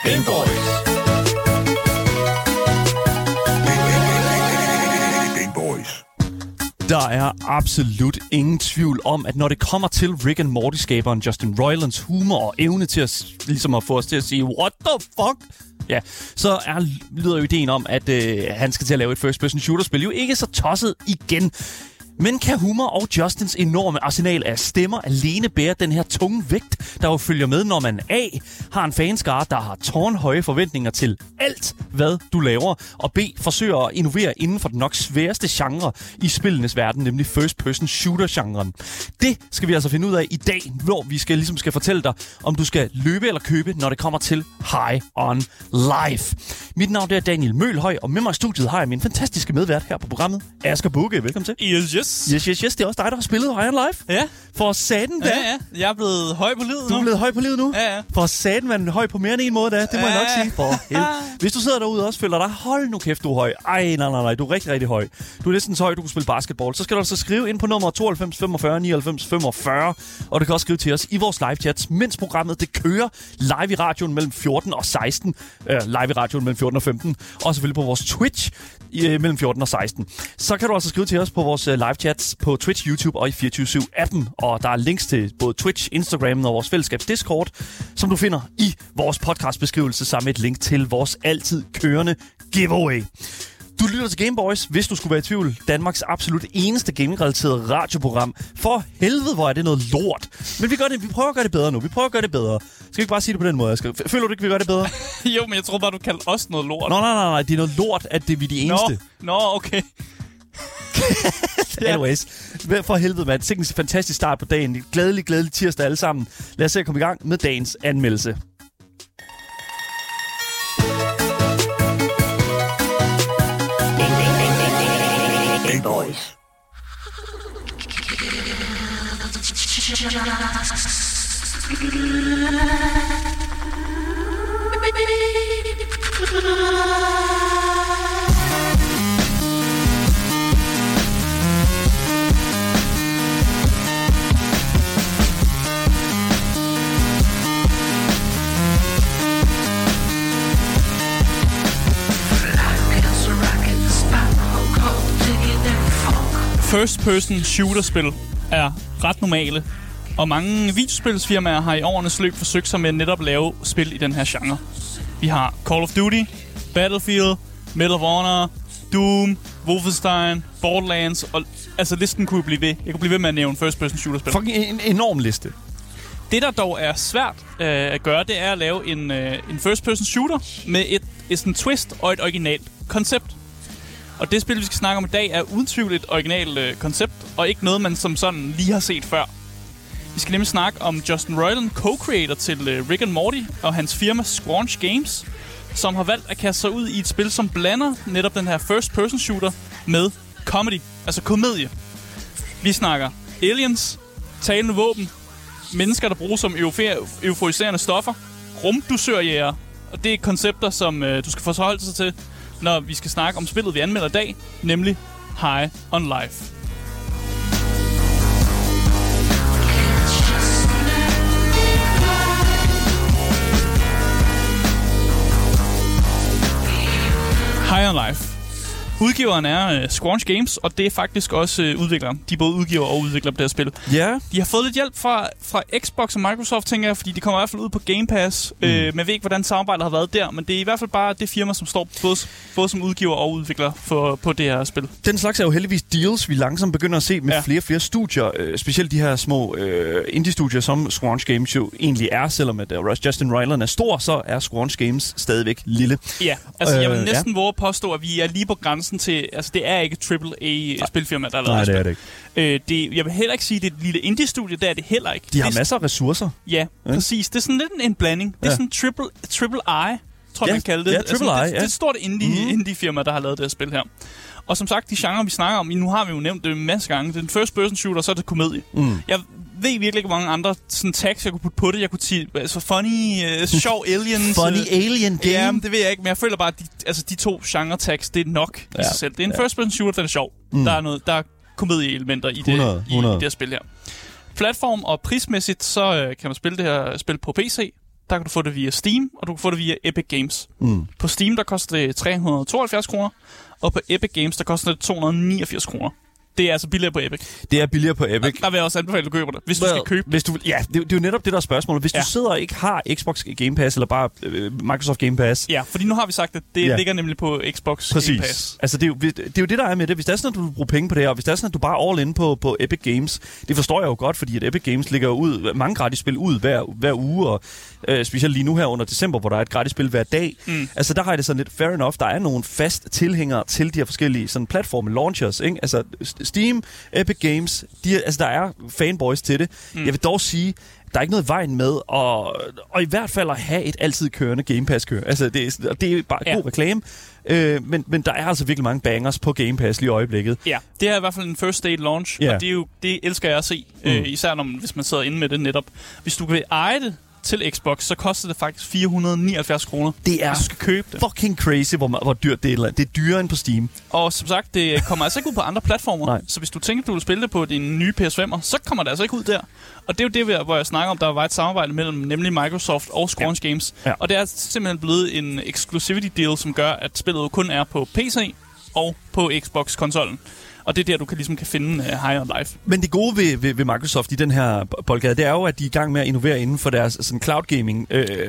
Game Boys. Der er absolut ingen tvivl om, at når det kommer til Rick and Morty-skaberen Justin Roilands humor og evne til at, ligesom at få os til at sige, what the fuck? Ja, så lyder jo ideen om, at han skal til at lave et first-person shooter-spil jo ikke så tosset igen. Men kan humor og Justins enorme arsenal af stemmer alene bære den her tunge vægt, der jo følger med, når man A. har en fanskare, der har tårnhøje forventninger til alt, hvad du laver, og B. forsøger at innovere inden for den nok sværeste genre i spillenes verden, nemlig first-person shooter-genren. Det skal vi altså finde ud af i dag, hvor vi skal fortælle dig, om du skal løbe eller købe, når det kommer til High on Life. Mit navn er Daniel Mølhøj, og med mig i studiet har jeg min fantastiske medvært her på programmet, Asger Bugge. Velkommen til. Yes. Yes. Det er også dig, der har spillet High on Life. Ja. For satan da. Ja. Jeg er blevet høj på livet nu. Du er blevet høj på livet nu? Ja. For satan, man er høj på mere end en måde da. Det må jeg nok sige. For helvede. Hvis du sidder derude og også føler dig, hold nu kæft, du er høj. Ej, nej. Du er rigtig, rigtig høj. Du er næsten så høj, du kan spille basketball. Så skal du altså skrive ind på nummer 92 45 99 45. Og du kan også skrive til os i vores live-chats, mens programmet det kører live i radioen mellem 14 og 16. Live i radioen mellem 14 og 15. Og selvfølgelig på vores Twitch mellem 14 og 16. Så kan du altså skrive til os på vores live-chats på Twitch, YouTube og i 24/7-appen. Og der er links til både Twitch, Instagram og vores fællesskabs Discord, som du finder i vores podcastbeskrivelse sammen med et link til vores altid kørende giveaway. Du lytter til Game Boys, hvis du skulle være i tvivl. Danmarks absolut eneste gaming-relateret radioprogram. For helvede, hvor er det noget lort. Men vi prøver at gøre det bedre nu. Skal vi ikke bare sige det på den måde? Føler du ikke, vi gør det bedre? Jo, men jeg tror bare, du kaldte os noget lort. Nej. Det er noget lort, at det er vi de eneste. Nå, okay. Anyways, for helvede, mand. Sikke en fantastisk start på dagen. Glædelig tirsdag alle sammen. Lad os se at komme i gang med dagens anmeldelse. Game Boys. First-person shooter-spil er ret normale, og mange videospilsfirmaer har i årenes løb forsøgt sig med at netop lave spil i den her genre. Vi har Call of Duty, Battlefield, Medal of Honor, Doom, Wolfenstein, Borderlands, og altså listen kunne blive ved. Jeg kunne blive ved med at nævne first-person shooter-spil. Fucking en enorm liste. Det, der dog er svært at gøre, det er at lave en first-person shooter med et sådan twist og et originalt koncept. Og det spil, vi skal snakke om i dag, er uden tvivl et originalt koncept, og ikke noget, man som sådan lige har set før. Vi skal nemlig snakke om Justin Roiland, co-creator til Rick and Morty, og hans firma Squanch Games, som har valgt at kaste sig ud i et spil, som blander netop den her first-person shooter med comedy, altså komedie. Vi snakker aliens, talende våben, mennesker, der bruges som euforiserende stoffer, rumdusørjæger, og det er koncepter, som du skal forholde sig til, når vi skal snakke om spillet, vi anmelder i dag, nemlig High on Life. High on Life. Udgiveren er Squanch Games, og det er faktisk også udvikleren. De er både udgiver og udvikler på det her spil. Ja. De har fået lidt hjælp fra Xbox og Microsoft, tænker jeg, fordi de kommer i hvert fald ud på Game Pass. Man ved ikke, hvordan samarbejdet har været der, men det er i hvert fald bare det firma, som står både som udgiver og udvikler på det her spil. Den slags er jo heldigvis deals, vi langsomt begynder at se med flere og flere studier. Specielt de her små indie-studier, som Squanch Games jo egentlig er. Selvom at Justin Roiland er stor, så er Squanch Games stadigvæk lille. Ja, altså jeg vil næsten våge at påstå, at vi er lige på grænsen til... Altså det er ikke AAA-spilfirma, der har lavet det er det ikke. Jeg vil heller ikke sige, at det er et lille indie-studie, det er det heller ikke. De har masser af ressourcer. Ja, præcis. Det er sådan lidt en blanding. Det er sådan triple I, tror jeg, man kalder det. Ja, triple I, det er et stort indie-firma, der har lavet det her spil her. Og som sagt, de genrer, vi snakker om, nu har vi jo nævnt det en masse gange. Det er en first-person shooter, og så er det komedie. Jeg ved virkelig ikke, hvor mange andre sådan tags, jeg kunne putte på det. Jeg kunne sige, altså funny, sjov aliens. Funny alien game. Ja, det ved jeg ikke, men jeg føler bare, at de to genre-tags, det er nok i sig selv. Det er en first-person shooter, den er sjov. Der er komedieelementer i 100. Det her spil her. Platform og prismæssigt, så kan man spille det her spil på PC, der kan du få det via Steam, og du kan få det via Epic Games. På Steam, der koster det 372 kroner, og på Epic Games, der koster det 289 kroner. Det er altså billigere på Epic. Det er billigere på Epic. Der vil jeg også anbefale, at du køber det, hvis du skal købe det. Ja, det er jo netop det, der er spørgsmålet. Hvis du sidder og ikke har Xbox Game Pass, eller bare Microsoft Game Pass. Ja, fordi nu har vi sagt, at det ligger nemlig på Xbox Game Pass. Altså, det er jo det, der er med det. Hvis det er sådan, at du vil bruge penge på det her, og hvis det er sådan, at du bare er all in på Epic Games, det forstår jeg jo godt, fordi at Epic Games ligger ud mange gratis spil ud hver uge, og specielt lige nu her under december, hvor der er et gratis spil hver dag. Altså, der har det sådan lidt fair enough. Der er nogle fast tilhængere til de her forskellige sådan platforme launchers, ikke? Altså, Steam, Epic Games, der er fanboys til det. Jeg vil dog sige, der er ikke noget vejen med og i hvert fald at have et altid kørende Game Pass kører. Altså, det er bare god reklame. Men der er altså virkelig mange bangers på Game Pass lige i øjeblikket. Ja, det er i hvert fald en first day launch, og det elsker jeg at se, især hvis man sidder inde med det netop. Hvis du vil eje det til Xbox, så koster det faktisk 479 kroner. Det er hvis du skal købe det. Fucking crazy, hvor dyrt det er. Det er dyrere end på Steam. Og som sagt, det kommer altså ikke ud på andre platformer. Nej. Så hvis du tænker, du vil spille det på din nye PS5'er, så kommer det altså ikke ud der. Og det er jo det, hvor jeg snakker om, der var et samarbejde mellem nemlig Microsoft og Squanch Games. Ja. Og det er simpelthen blevet en exclusivity deal, som gør, at spillet kun er på PC og på Xbox-konsollen. Og det er der, du kan finde High on Life. Men det gode ved Microsoft i den her boldgade, det er jo, at de er i gang med at innovere inden for deres sådan cloud gaming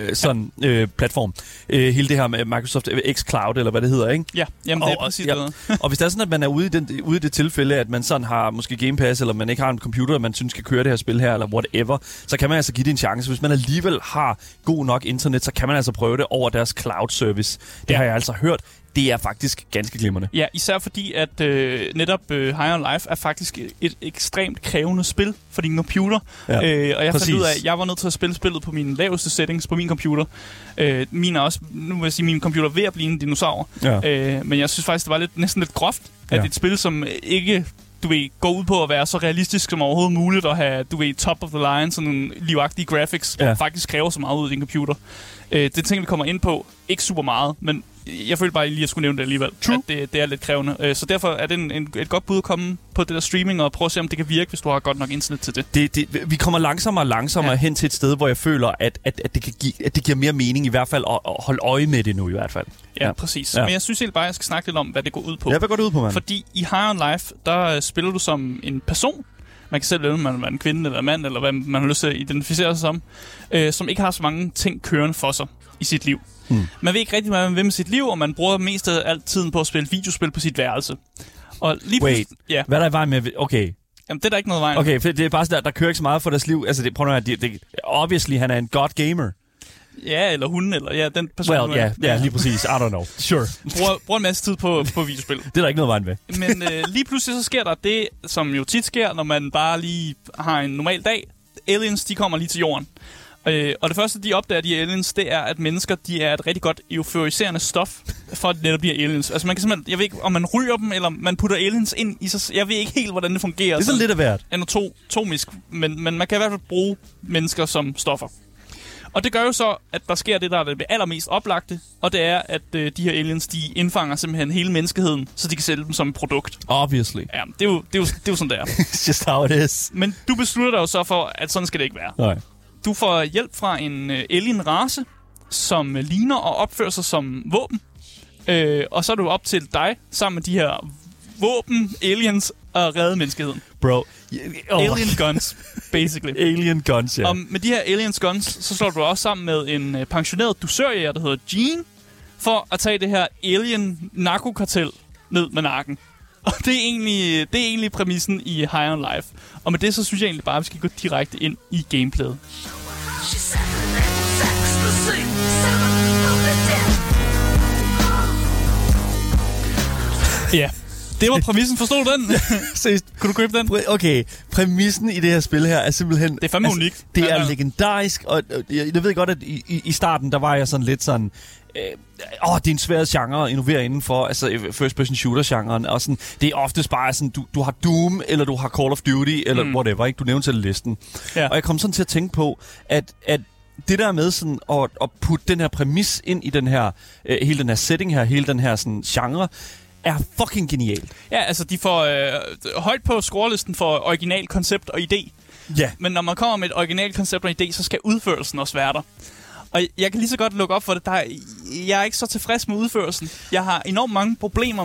platform. Hele det her med Microsoft xCloud, eller hvad det hedder, ikke? Ja, jamen det er præcis det. Og hvis det er sådan, at man er ude i det tilfælde, at man sådan har måske Game Pass, eller man ikke har en computer, man synes skal køre det her spil her, eller whatever, så kan man altså give det en chance. Hvis man alligevel har god nok internet, så kan man altså prøve det over deres cloud service. Det har jeg altså hørt. Det er faktisk ganske glimrende. Ja, især fordi, at netop High on Life er faktisk et ekstremt krævende spil for din computer. Ja, og jeg fandt ud af, at jeg var nødt til at spille spillet på mine laveste settings på min computer. Min er også, nu vil jeg sige, min computer er ved at blive en dinosaur. Ja. Men jeg synes faktisk, det var næsten lidt groft, at et spil, som ikke går ud på at være så realistisk som overhovedet muligt, og have, top of the line, sådan nogle livagtige graphics, faktisk kræver så meget ud af din computer. Det ting, vi kommer ind på, ikke super meget, men jeg følte bare lige, at jeg skulle nævne det alligevel. True. At det er lidt krævende. Så derfor er det et godt bud at komme på det der streaming og prøve at se, om det kan virke, hvis du har godt nok internet til det. Vi kommer langsommere hen til et sted, hvor jeg føler, at det giver mere mening i hvert fald at holde øje med det nu i hvert fald. Ja, præcis. Ja. Men jeg synes helt bare, at jeg skal snakke lidt om, hvad det går ud på. Ja, hvad går det ud på, mand? Fordi i High on Life, der spiller du som en person. Man kan selv vælge, om man er en kvinde eller en mand, eller hvad man har lyst til at identificere sig som ikke har så mange ting kørende for sig i sit liv. Man ved ikke rigtig, hvad man vil med sit liv, og man bruger mest af al tiden på at spille videospil på sit værelse. Og lige hvad er der i vejen med? Okay. Jamen, det er der ikke noget vejen. Okay, for det er bare sådan, der kører ikke så meget for deres liv. Altså, obviously, han er en god gamer. Ja, eller hun, eller den person. Ja, lige præcis. I don't know. Sure. Bruger en masse tid på videospil. Det er der ikke noget vejen med. Men lige pludselig så sker der det, som jo tit sker, når man bare lige har en normal dag. Aliens, de kommer lige til jorden. Og det første, de opdager, de aliens, det er, at mennesker, de er et rigtig godt euforiserende stof, for at det netop bliver aliens. Altså man kan simpelthen, jeg ved ikke, om man ryger dem, eller man putter aliens ind i sig. Jeg ved ikke helt, hvordan det fungerer. Det er sådan lidt af hvert. Anatomisk, men man kan i hvert fald bruge mennesker som stoffer. Og det gør jo så, at der sker det, der er det allermest oplagte, og det er, at de her aliens, de indfanger simpelthen hele menneskeheden, så de kan sælge dem som et produkt. Obviously. Ja, det er jo sådan, det er. It's just how it is. Men du beslutter dig jo så for, at sådan skal det ikke være. Nej. Du får hjælp fra en alien-race, som ligner og opfører sig som våben. Og så er du op til dig, sammen med de her våben-aliens, at redde menneskeheden. Bro. Alien guns, basically. Alien guns, ja. Og med de her aliens guns, så slår du også sammen med en pensioneret dusørjæger, der hedder Gene, for at tage det her alien-narkokartel ned med nakken. Og det er egentlig præmissen i High on Life. Og med det, så synes jeg egentlig bare, at vi skal gå direkte ind i gameplayet. Ja, det var præmissen. Forstod du den? Kunne du købe den? Okay, præmissen i det her spil her er simpelthen... Det er fandme unikt. Det er legendarisk, og jeg ved godt, at i starten, der var jeg sådan lidt sådan... det er en svær genre at innovere indenfor, altså first person shooter-genren, og sådan, det er oftest bare sådan, du har Doom, eller du har Call of Duty, eller whatever, ikke? Du nævnte til listen. Ja. Og jeg kom sådan til at tænke på, at det der med sådan at putte den her præmis ind i den her, hele den her setting her, hele den her sådan genre, er fucking genialt. Ja, altså de får højt på scorelisten for original koncept og idé. Ja. Men når man kommer med et original koncept og idé, så skal udførelsen også være der. Og jeg kan lige så godt lukke op for det. Jeg er ikke så tilfreds med udførelsen. Jeg har enormt mange problemer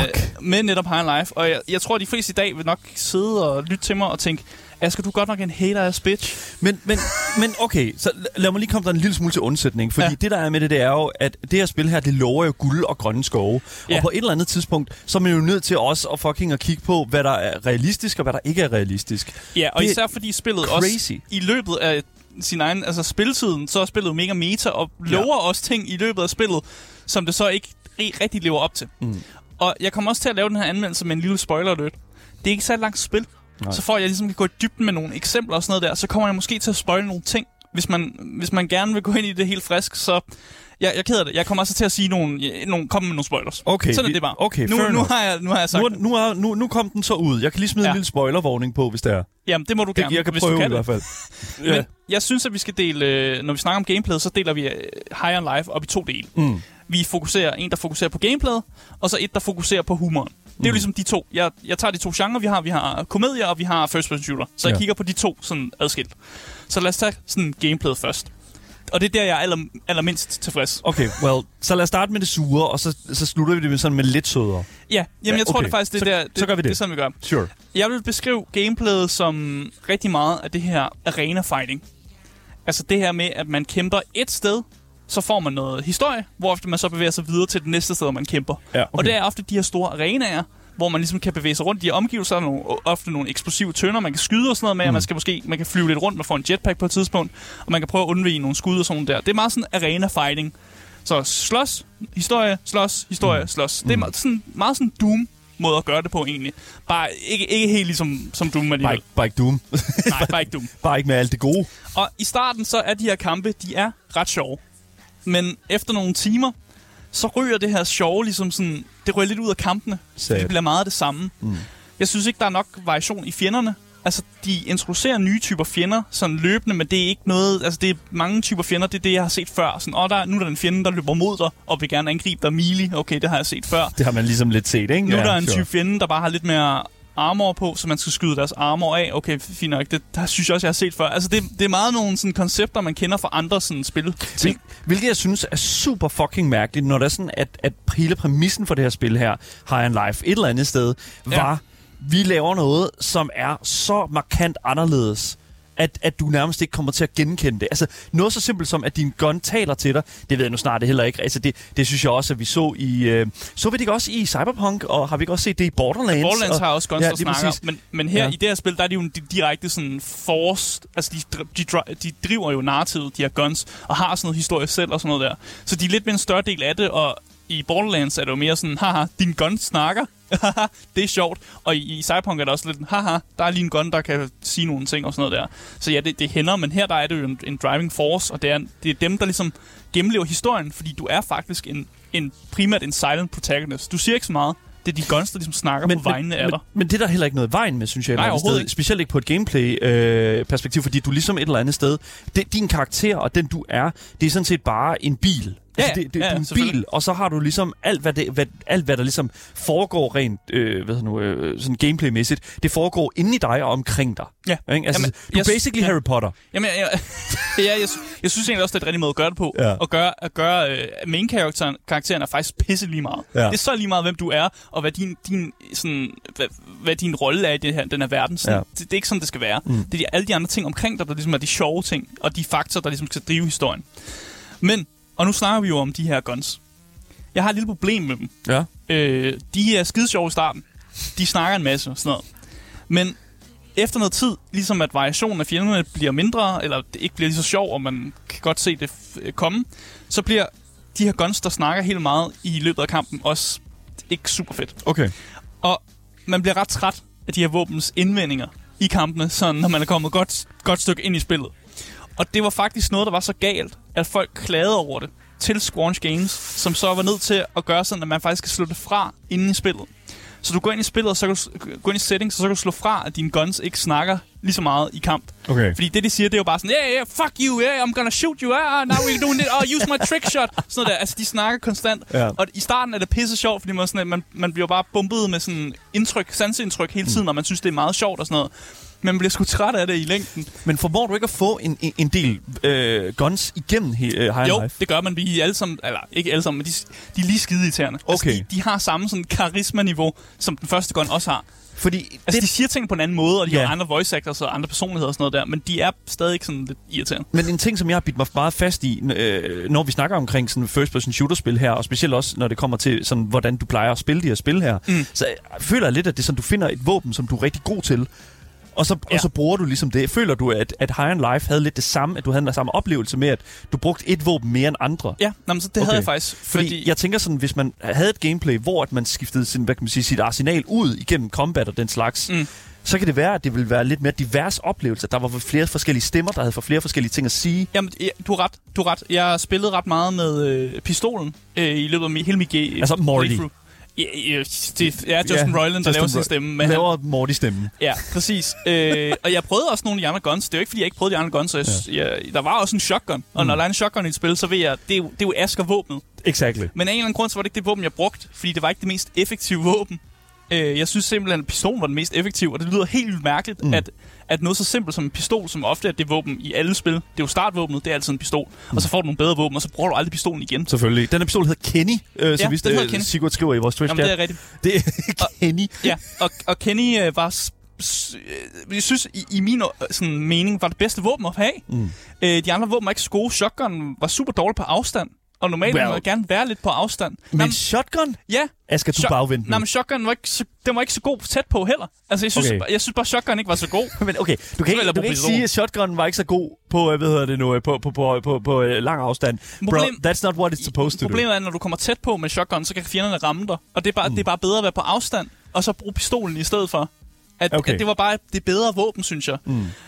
med netop High on Life. Og jeg tror, at de fleste i dag vil nok sidde og lytte til mig og tænke, Asger, du er godt nok en hater-ass bitch. Men okay, så lad mig lige komme der en lille smule til undsætning. Fordi det, der er med det er jo, at det her spil her, det lover jo guld og grønne skove. Ja. Og på et eller andet tidspunkt, så er man jo nødt til også at fucking at kigge på, hvad der er realistisk og hvad der ikke er realistisk. Ja, og det især fordi spillet crazy. Også i løbet af sin egen, altså spilletiden, så er spillet mega meta og lover også ting i løbet af spillet, som det så ikke rigtig lever op til. Og jeg kommer også til at lave den her anmeldelse med en lille spoiler alert. Det er ikke så langt spil. Nej. Så for at jeg ligesom kan gå i dybden med nogle eksempler og sådan noget der, så kommer jeg måske til at spoile nogle ting. Hvis man gerne vil gå ind i det helt frisk, så jeg keder det. Jeg kommer også til at sige komme med nogle spoilers. Okay, sådan er det bare. Okay, nu har jeg sagt nu kom den så ud. Jeg kan lige smide en lille spoilervarning på, hvis det er. Jamen, det må du gerne. Jeg kan prøve i hvert fald. Men jeg synes, at vi skal dele, når vi snakker om gameplayet, så deler vi High on Life op i 2 dele. Vi fokuserer en, der fokuserer på gameplayet, og så et, der fokuserer på humoren. Det er jo ligesom de to. Jeg tager de 2 genrer, vi har. Vi har komedier, og vi har first person shooter. Så jeg kigger på de 2 sådan adskilt. Så lad os tage sådan gameplayet først. Og det er der, jeg er allermindst tilfreds. Okay, så lad os starte med det sure, og så slutter vi det med sådan med lidt sødere. Ja, jeg tror det faktisk, så gør vi det. Det er sådan, vi gør. Sure. Jeg vil beskrive gameplayet som rigtig meget af det her arena fighting. Altså det her med, at man kæmper et sted, så får man noget historie, hvorefter man så bevæger sig videre til det næste sted, man kæmper. Ja, okay. Og det er ofte de her store arenaer, hvor man ligesom kan bevæge sig rundt. De her omgivelser er ofte nogle eksplosive tønder, man kan skyde og sådan noget med, og man kan flyve lidt rundt, man får en jetpack på et tidspunkt, og man kan prøve at undvige nogle skud og sådan der. Det er meget sådan arena fighting. Så slås, historie, slås. Det er sådan meget sådan Doom måde at gøre det på egentlig. Bare ikke helt ligesom som Doom alligevel. Bare ikke Doom. Nej, bare ikke Doom. Bare ikke med alt det gode. Og i starten så er de her kampe, de er ret sjove. Men efter nogle timer, så ryger det her sjove ligesom sådan, det ryger lidt ud af kampene. Det bliver meget det samme. Jeg synes ikke, der er nok variation i fjenderne. Altså, de introducerer nye typer fjender sådan løbende, men det er ikke noget... Altså, det er mange typer fjender, det er det, jeg har set før. Sådan, nu er der en fjende, der løber mod dig, og vil gerne angribe dig melee. Okay, det har jeg set før. Det har man ligesom lidt set, ikke? Nu er der en type fjende, der bare har lidt mere armor på, så man skal skyde deres armor af. Okay, fint nok. Det synes jeg også, jeg har set før. Altså, det er meget nogle sådan koncepter, man kender fra andre sådan spil. Hvilket jeg synes er super fucking mærkeligt, når der er sådan, at hele præmissen for det her spil her, High on Life, et eller andet sted, var, vi laver noget, som er så markant anderledes, at du nærmest ikke kommer til at genkende det. Altså, noget så simpelt som, at din gun taler til dig, det ved jeg nu snart det heller ikke. Altså, det synes jeg også, at vi så i... så vi det ikke også i Cyberpunk, og har vi ikke også set det i Borderlands? Ja, Borderlands har også guns, der snakker. Men her i det her spil, der er de jo direkte sådan forced... Altså, de driver jo narrativet, de her guns, og har sådan noget historie selv og sådan noget der. Så de er lidt med en større del af det, og i Borderlands er det jo mere sådan, haha, din gun snakker. Det er sjovt. Og i Cyberpunk er der også lidt, haha, der er lige en gun, der kan sige nogle ting og sådan noget der. Så ja, det hænder, men her der er det jo en driving force, og det er dem, der ligesom gennemlever historien, fordi du er faktisk primært en silent protagonist. Du siger ikke så meget. Det er de guns, der ligesom snakker på vegne af dig. Men det er der heller ikke noget vejen med, synes jeg. Nej, overhovedet ikke. Specielt ikke på et gameplay-perspektiv, fordi du ligesom et eller andet sted... Din karakter og den du er, det er sådan set bare en bil. Ja, altså, det er en bil, og så har du ligesom alt, hvad der ligesom foregår rent sådan gameplaymæssigt, det foregår inde i dig og omkring dig. Ja. Ikke? Altså, jamen, du er basically Harry Potter. Jamen, jeg synes egentlig også, det er et rigtig måde at gøre det på. Ja. At gøre main-karakteren er faktisk pisse lige meget. Ja. Det er så lige meget, hvem du er, og hvad din rolle er i den her verden. Sådan, det er ikke sådan, det skal være. Det er alle de andre ting omkring dig, der ligesom er de sjove ting, og de faktorer, der ligesom skal drive historien. Men og nu snakker vi jo om de her guns. Jeg har et lille problem med dem. Ja. De er skide sjove i starten. De snakker en masse og sådan noget. Men efter noget tid, ligesom at variationen af fjenderne bliver mindre, eller det ikke bliver lige så sjov, og man kan godt se det komme, så bliver de her guns, der snakker helt meget i løbet af kampen, også ikke super fedt. Okay. Og man bliver ret træt af de her våbens indvendinger i kampene, sådan når man er kommet godt stykke ind i spillet. Og det var faktisk noget, der var så galt, at folk klagede over det til Squanch Games, som så var nødt til at gøre sådan, at man faktisk kan slå det fra inden i spillet. Så du går ind i spillet, og så kan du gå ind i settings, og så kan du slå fra, at dine guns ikke snakker lige så meget i kamp. Okay. Fordi det, de siger, det er jo bare sådan, yeah, fuck you, yeah, I'm gonna shoot you, now we're doing it, use my trick shot. Sådan noget der. Altså, de snakker konstant. Ja. Og i starten er det pisse sjovt, fordi man bliver bare bumpet med sådan sansindtryk hele tiden, og man synes, det er meget sjovt og sådan noget. Man bliver sgu træt af det i længden. Men formår du ikke at få en del guns igennem High on Jo, Life? det gør man. Vi er alle sammen, eller ikke alle sammen, men de er lige skide irriterende. Okay. Altså, de har samme sådan karisma-niveau, som den første gun også har. Fordi Altså, de siger ting på en anden måde, og de har andre voice actors og andre personligheder og sådan noget der, men de er stadig sådan lidt irriterende. Men en ting, som jeg har bidt mig meget fast i, når vi snakker omkring sådan first-person shooter-spil her, og specielt også, når det kommer til, sådan, hvordan du plejer at spille de her spil her, så føler jeg lidt, at det er sådan, du finder et våben, som du er rigtig god til, og så bruger du ligesom det. Føler du, at High on Life havde lidt det samme, at du havde den samme oplevelse med, at du brugte et våben mere end andre? Ja, så det havde jeg faktisk. Fordi jeg tænker sådan, hvis man havde et gameplay, hvor at man skiftede sit arsenal ud igennem combat og den slags, så kan det være, at det ville være lidt mere divers oplevelse. Der var flere forskellige stemmer, der havde for flere forskellige ting at sige. Jamen, du har ret. Jeg spillede ret meget med pistolen i løbet af hele mit Altså Morty. Det er Justin Roiland, der laver sin stemme. Men laver Morty-stemmen. Ja, præcis. Og jeg prøvede også nogle af de andre guns. Det er jo ikke, fordi jeg ikke prøvede de andre guns. Der var også en shotgun. Og når der er en shotgun i et spil, så ved jeg, det er jo Asger-våbnet. Exactly. Men af en eller anden grund, så var det ikke det våben, jeg brugte. Fordi det var ikke det mest effektive våben. Jeg synes simpelthen, at pistolen var den mest effektive. Og det lyder helt vildt mærkeligt, at noget så simpelt som en pistol, som ofte er det våben i alle spil. Det er jo startvåbnet, det er altid en pistol. Og så får du nogle bedre våben, og så bruger du aldrig pistolen igen. Selvfølgelig. Den her pistol hedder Kenny, så hvis Kenny. Sigurd skriver i vores Twitch. Jamen, det er rigtigt. Det er Kenny. Ja, og Kenny var... Jeg synes, i min sådan, mening, var det bedste våben at have. De andre våben var ikke så gode. Shotgun var super dårlig på afstand. Og normalt må jeg gerne være lidt på afstand. Men shotgun? Ja. Asger, du bagvendte. Nej, men shotgun var ikke så god tæt på heller. Altså, jeg synes bare, shotgun ikke var så god. Men okay, du kan ikke sige, at shotgun var ikke så god på, på lang afstand. Bro, that's not what it's supposed to do. Problemet er, at når du kommer tæt på med shotgun, så kan fjenderne ramme dig. Og det er bare bedre at være på afstand, og så bruge pistolen i stedet for. At det var bare det bedre våben, synes jeg.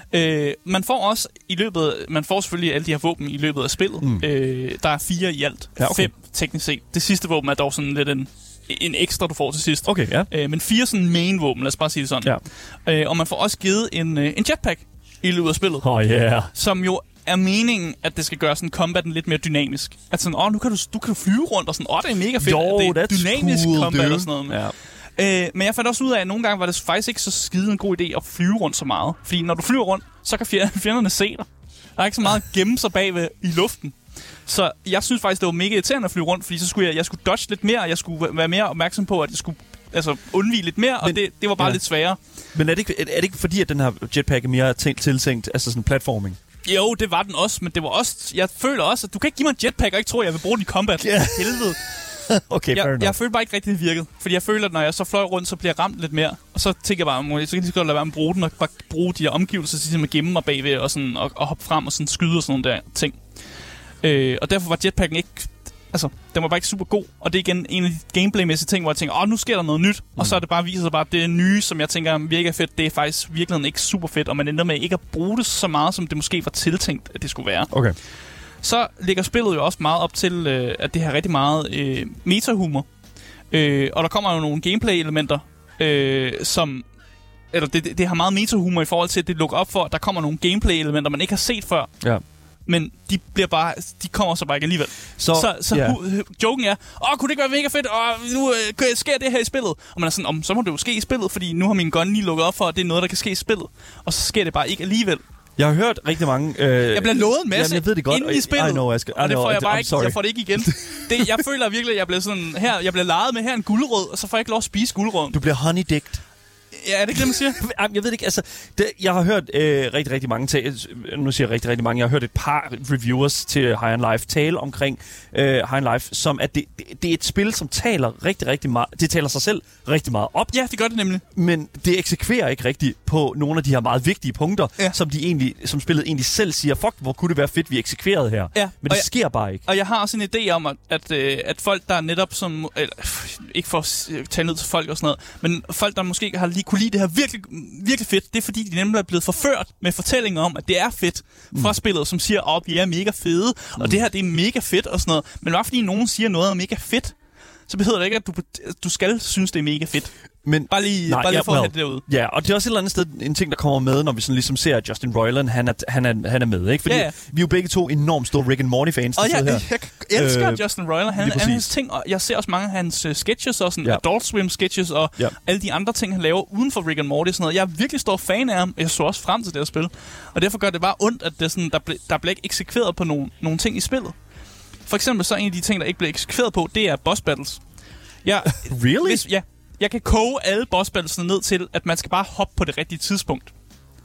Man får også man får selvfølgelig alle de her våben i løbet af spillet. Der er 4 i alt. 5 teknisk set. Det sidste våben er dog sådan lidt en ekstra, du får til sidst. Okay, ja. Men 4 sådan main våben, lad os bare sige det sådan. Ja. Og man får også givet en jetpack i løbet af spillet. Som jo er meningen, at det skal gøre sådan combaten lidt mere dynamisk. At sådan, nu kan du flyve rundt, og sådan, det er mega fedt. Det er dynamisk cool, combat og sådan noget. Ja. Men jeg fandt også ud af, at nogle gange var det faktisk ikke så skide en god idé at flyve rundt så meget. Fordi når du flyver rundt, så kan fjenderne se dig. Der er ikke så meget at gemme sig bagved i luften. Så jeg synes faktisk, det var mega irriterende at flyve rundt, fordi så skulle jeg skulle dodge lidt mere, og jeg skulle være mere opmærksom på, at jeg skulle undvige lidt mere, og det var bare lidt sværere. Men er det ikke fordi, at den her jetpack er mere tiltænkt, altså sådan platforming? Jo, det var den også, men det var også... Jeg føler også, at du kan ikke give mig en jetpack og ikke tro, at jeg vil bruge den i combat. Helvede. Okay, jeg følte bare ikke rigtig, det virkede. Fordi jeg føler, at når jeg så fløj rundt, så bliver jeg ramt lidt mere. Og så tænker jeg bare, så kan jeg lige så godt lade være med at bruge den, og bare bruge de der omgivelser, så at gemme mig bagved, og, sådan, og hoppe frem og sådan skyde og sådan nogle der ting. Og derfor var jetpacken ikke... Altså, den var bare ikke super god. Og det er igen en af de gameplaymæssige ting, hvor jeg tænker, nu sker der noget nyt. Og så er det bare viser sig bare, at det nye, som jeg tænker virker fedt, det er faktisk virkelig ikke super fedt. Og man ender med ikke at bruge det så meget, som det måske var tiltænkt, at det skulle være. Okay. Så ligger spillet jo også meget op til, at det har rigtig meget metahumor. Og der kommer jo nogle gameplay-elementer, som... Eller det har meget metahumor i forhold til, at det lukker op for, at der kommer nogle gameplay-elementer, man ikke har set før. Ja. Men de kommer så bare ikke alligevel. Så joken er, kunne det ikke være mega fedt, nu sker det her i spillet. Og man er sådan, så må det jo ske i spillet, fordi nu har min gun lige lukket op for, at det er noget, der kan ske i spillet. Og så sker det bare ikke alligevel. Jeg har hørt rigtig mange... jeg bliver lovet en masse inden i spillet, og det får jeg bare ikke. Jeg får det ikke igen. Jeg føler virkelig, at jeg bliver sådan jeg bliver leget med her en gulerod, og så får jeg ikke lov at spise guleroden. Du bliver honey-dicked. Ja, er det ikke det, man siger? Jeg ved ikke, altså... jeg har hørt rigtig mange... Nu siger jeg rigtig mange. Jeg har hørt et par reviewers til High on Life tale omkring High on Life, som at det er et spil, som taler rigtig meget... Det taler sig selv rigtig meget op. Ja, det gør det nemlig. Men det eksekverer ikke rigtigt på nogle af de her meget vigtige punkter, som spillet egentlig selv siger, fuck, hvor kunne det være fedt, vi eksekverede her. Ja, men det sker bare ikke. Og jeg har også en idé om, at folk, der netop som... ikke for at tage ned til folk og sådan noget, men folk, der måske har kunne lide det her virkelig, virkelig fedt, det er fordi, de nemlig er blevet forført med fortællinger om, at det er fedt fra spillet, som siger, vi er mega fede, og det her, det er mega fedt og sådan noget. Men bare fordi nogen siger noget er mega fedt, så betyder det ikke, at du skal synes, det er mega fedt. Men, bare lige for at have det derude. Ja, og det er også et eller andet sted en ting, der kommer med, når vi sådan ligesom ser, at Justin Roiland, han er med, ikke? Fordi vi er jo begge to enormt store Rick and Morty-fans. Og jeg elsker Justin Roiland. Han hans ting, og jeg ser også mange af hans sketches, og sådan Adult Swim sketches, og alle de andre ting, han laver uden for Rick and Morty og sådan noget. Jeg er virkelig stor fan af ham, og jeg så også frem til det her spil. Og derfor gør det bare ondt, at det sådan, der bliver ikke eksekveret på nogle ting i spillet. For eksempel så en af de ting, der ikke bliver eksekveret på, det er boss battles. Really? Jeg kan koge alle boss battlesene ned til, at man skal bare hoppe på det rigtige tidspunkt.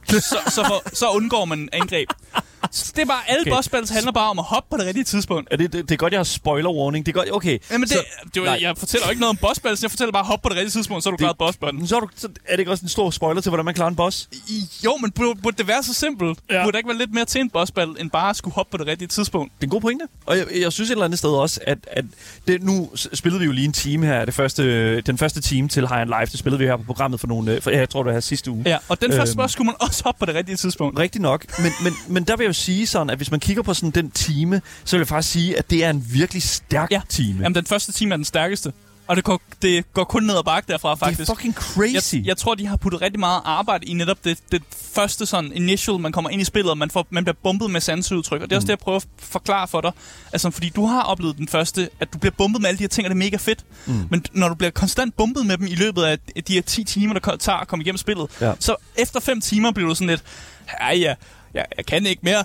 Så undgår man angreb. Så det er bare, alle boss battles handler bare om at hoppe på det rigtige tidspunkt. Det er godt, jeg har spoiler warning. Det er godt, okay. Jamen jeg fortæller jo ikke noget om boss battles. Jeg fortæller bare, hoppe på det rigtige tidspunkt, så er du klaret boss battlen. Så er det ikke også en stor spoiler til, hvordan man klarer en boss? Jo, men burde det være så simpelt? Ja. Burde der ikke være lidt mere til en boss battle, end bare at skulle hoppe på det rigtige tidspunkt? Det er en god pointe. Og jeg synes et eller andet sted også, at det, nu spillede vi jo lige en time her. Den første time til High on Life, det spillede vi her på programmet jeg tror det var her sidste uge. Ja, og den første spørgsmål skulle man også hoppe på det rigtige tidspunkt. Rigtig nok. Men der vil jeg jo sige sådan, at hvis man kigger på sådan den time, så vil jeg faktisk sige, at det er en virkelig stærk time. Jamen, den første time er den stærkeste. Og det går kun ned ad bakke derfra, faktisk. Det er fucking crazy. Jeg tror, de har puttet rigtig meget arbejde i netop det første sådan initial, man kommer ind i spillet, og man bliver bumpet med sanseudtryk. Og det er også det, jeg prøver at forklare for dig. Altså, fordi du har oplevet den første, at du bliver bumpet med alle de her ting, og det er mega fedt. Men når du bliver konstant bumpet med dem i løbet af de her 10 timer, der tager at komme igennem spillet, så efter 5 timer bliver du sådan lidt, jeg kan ikke mere.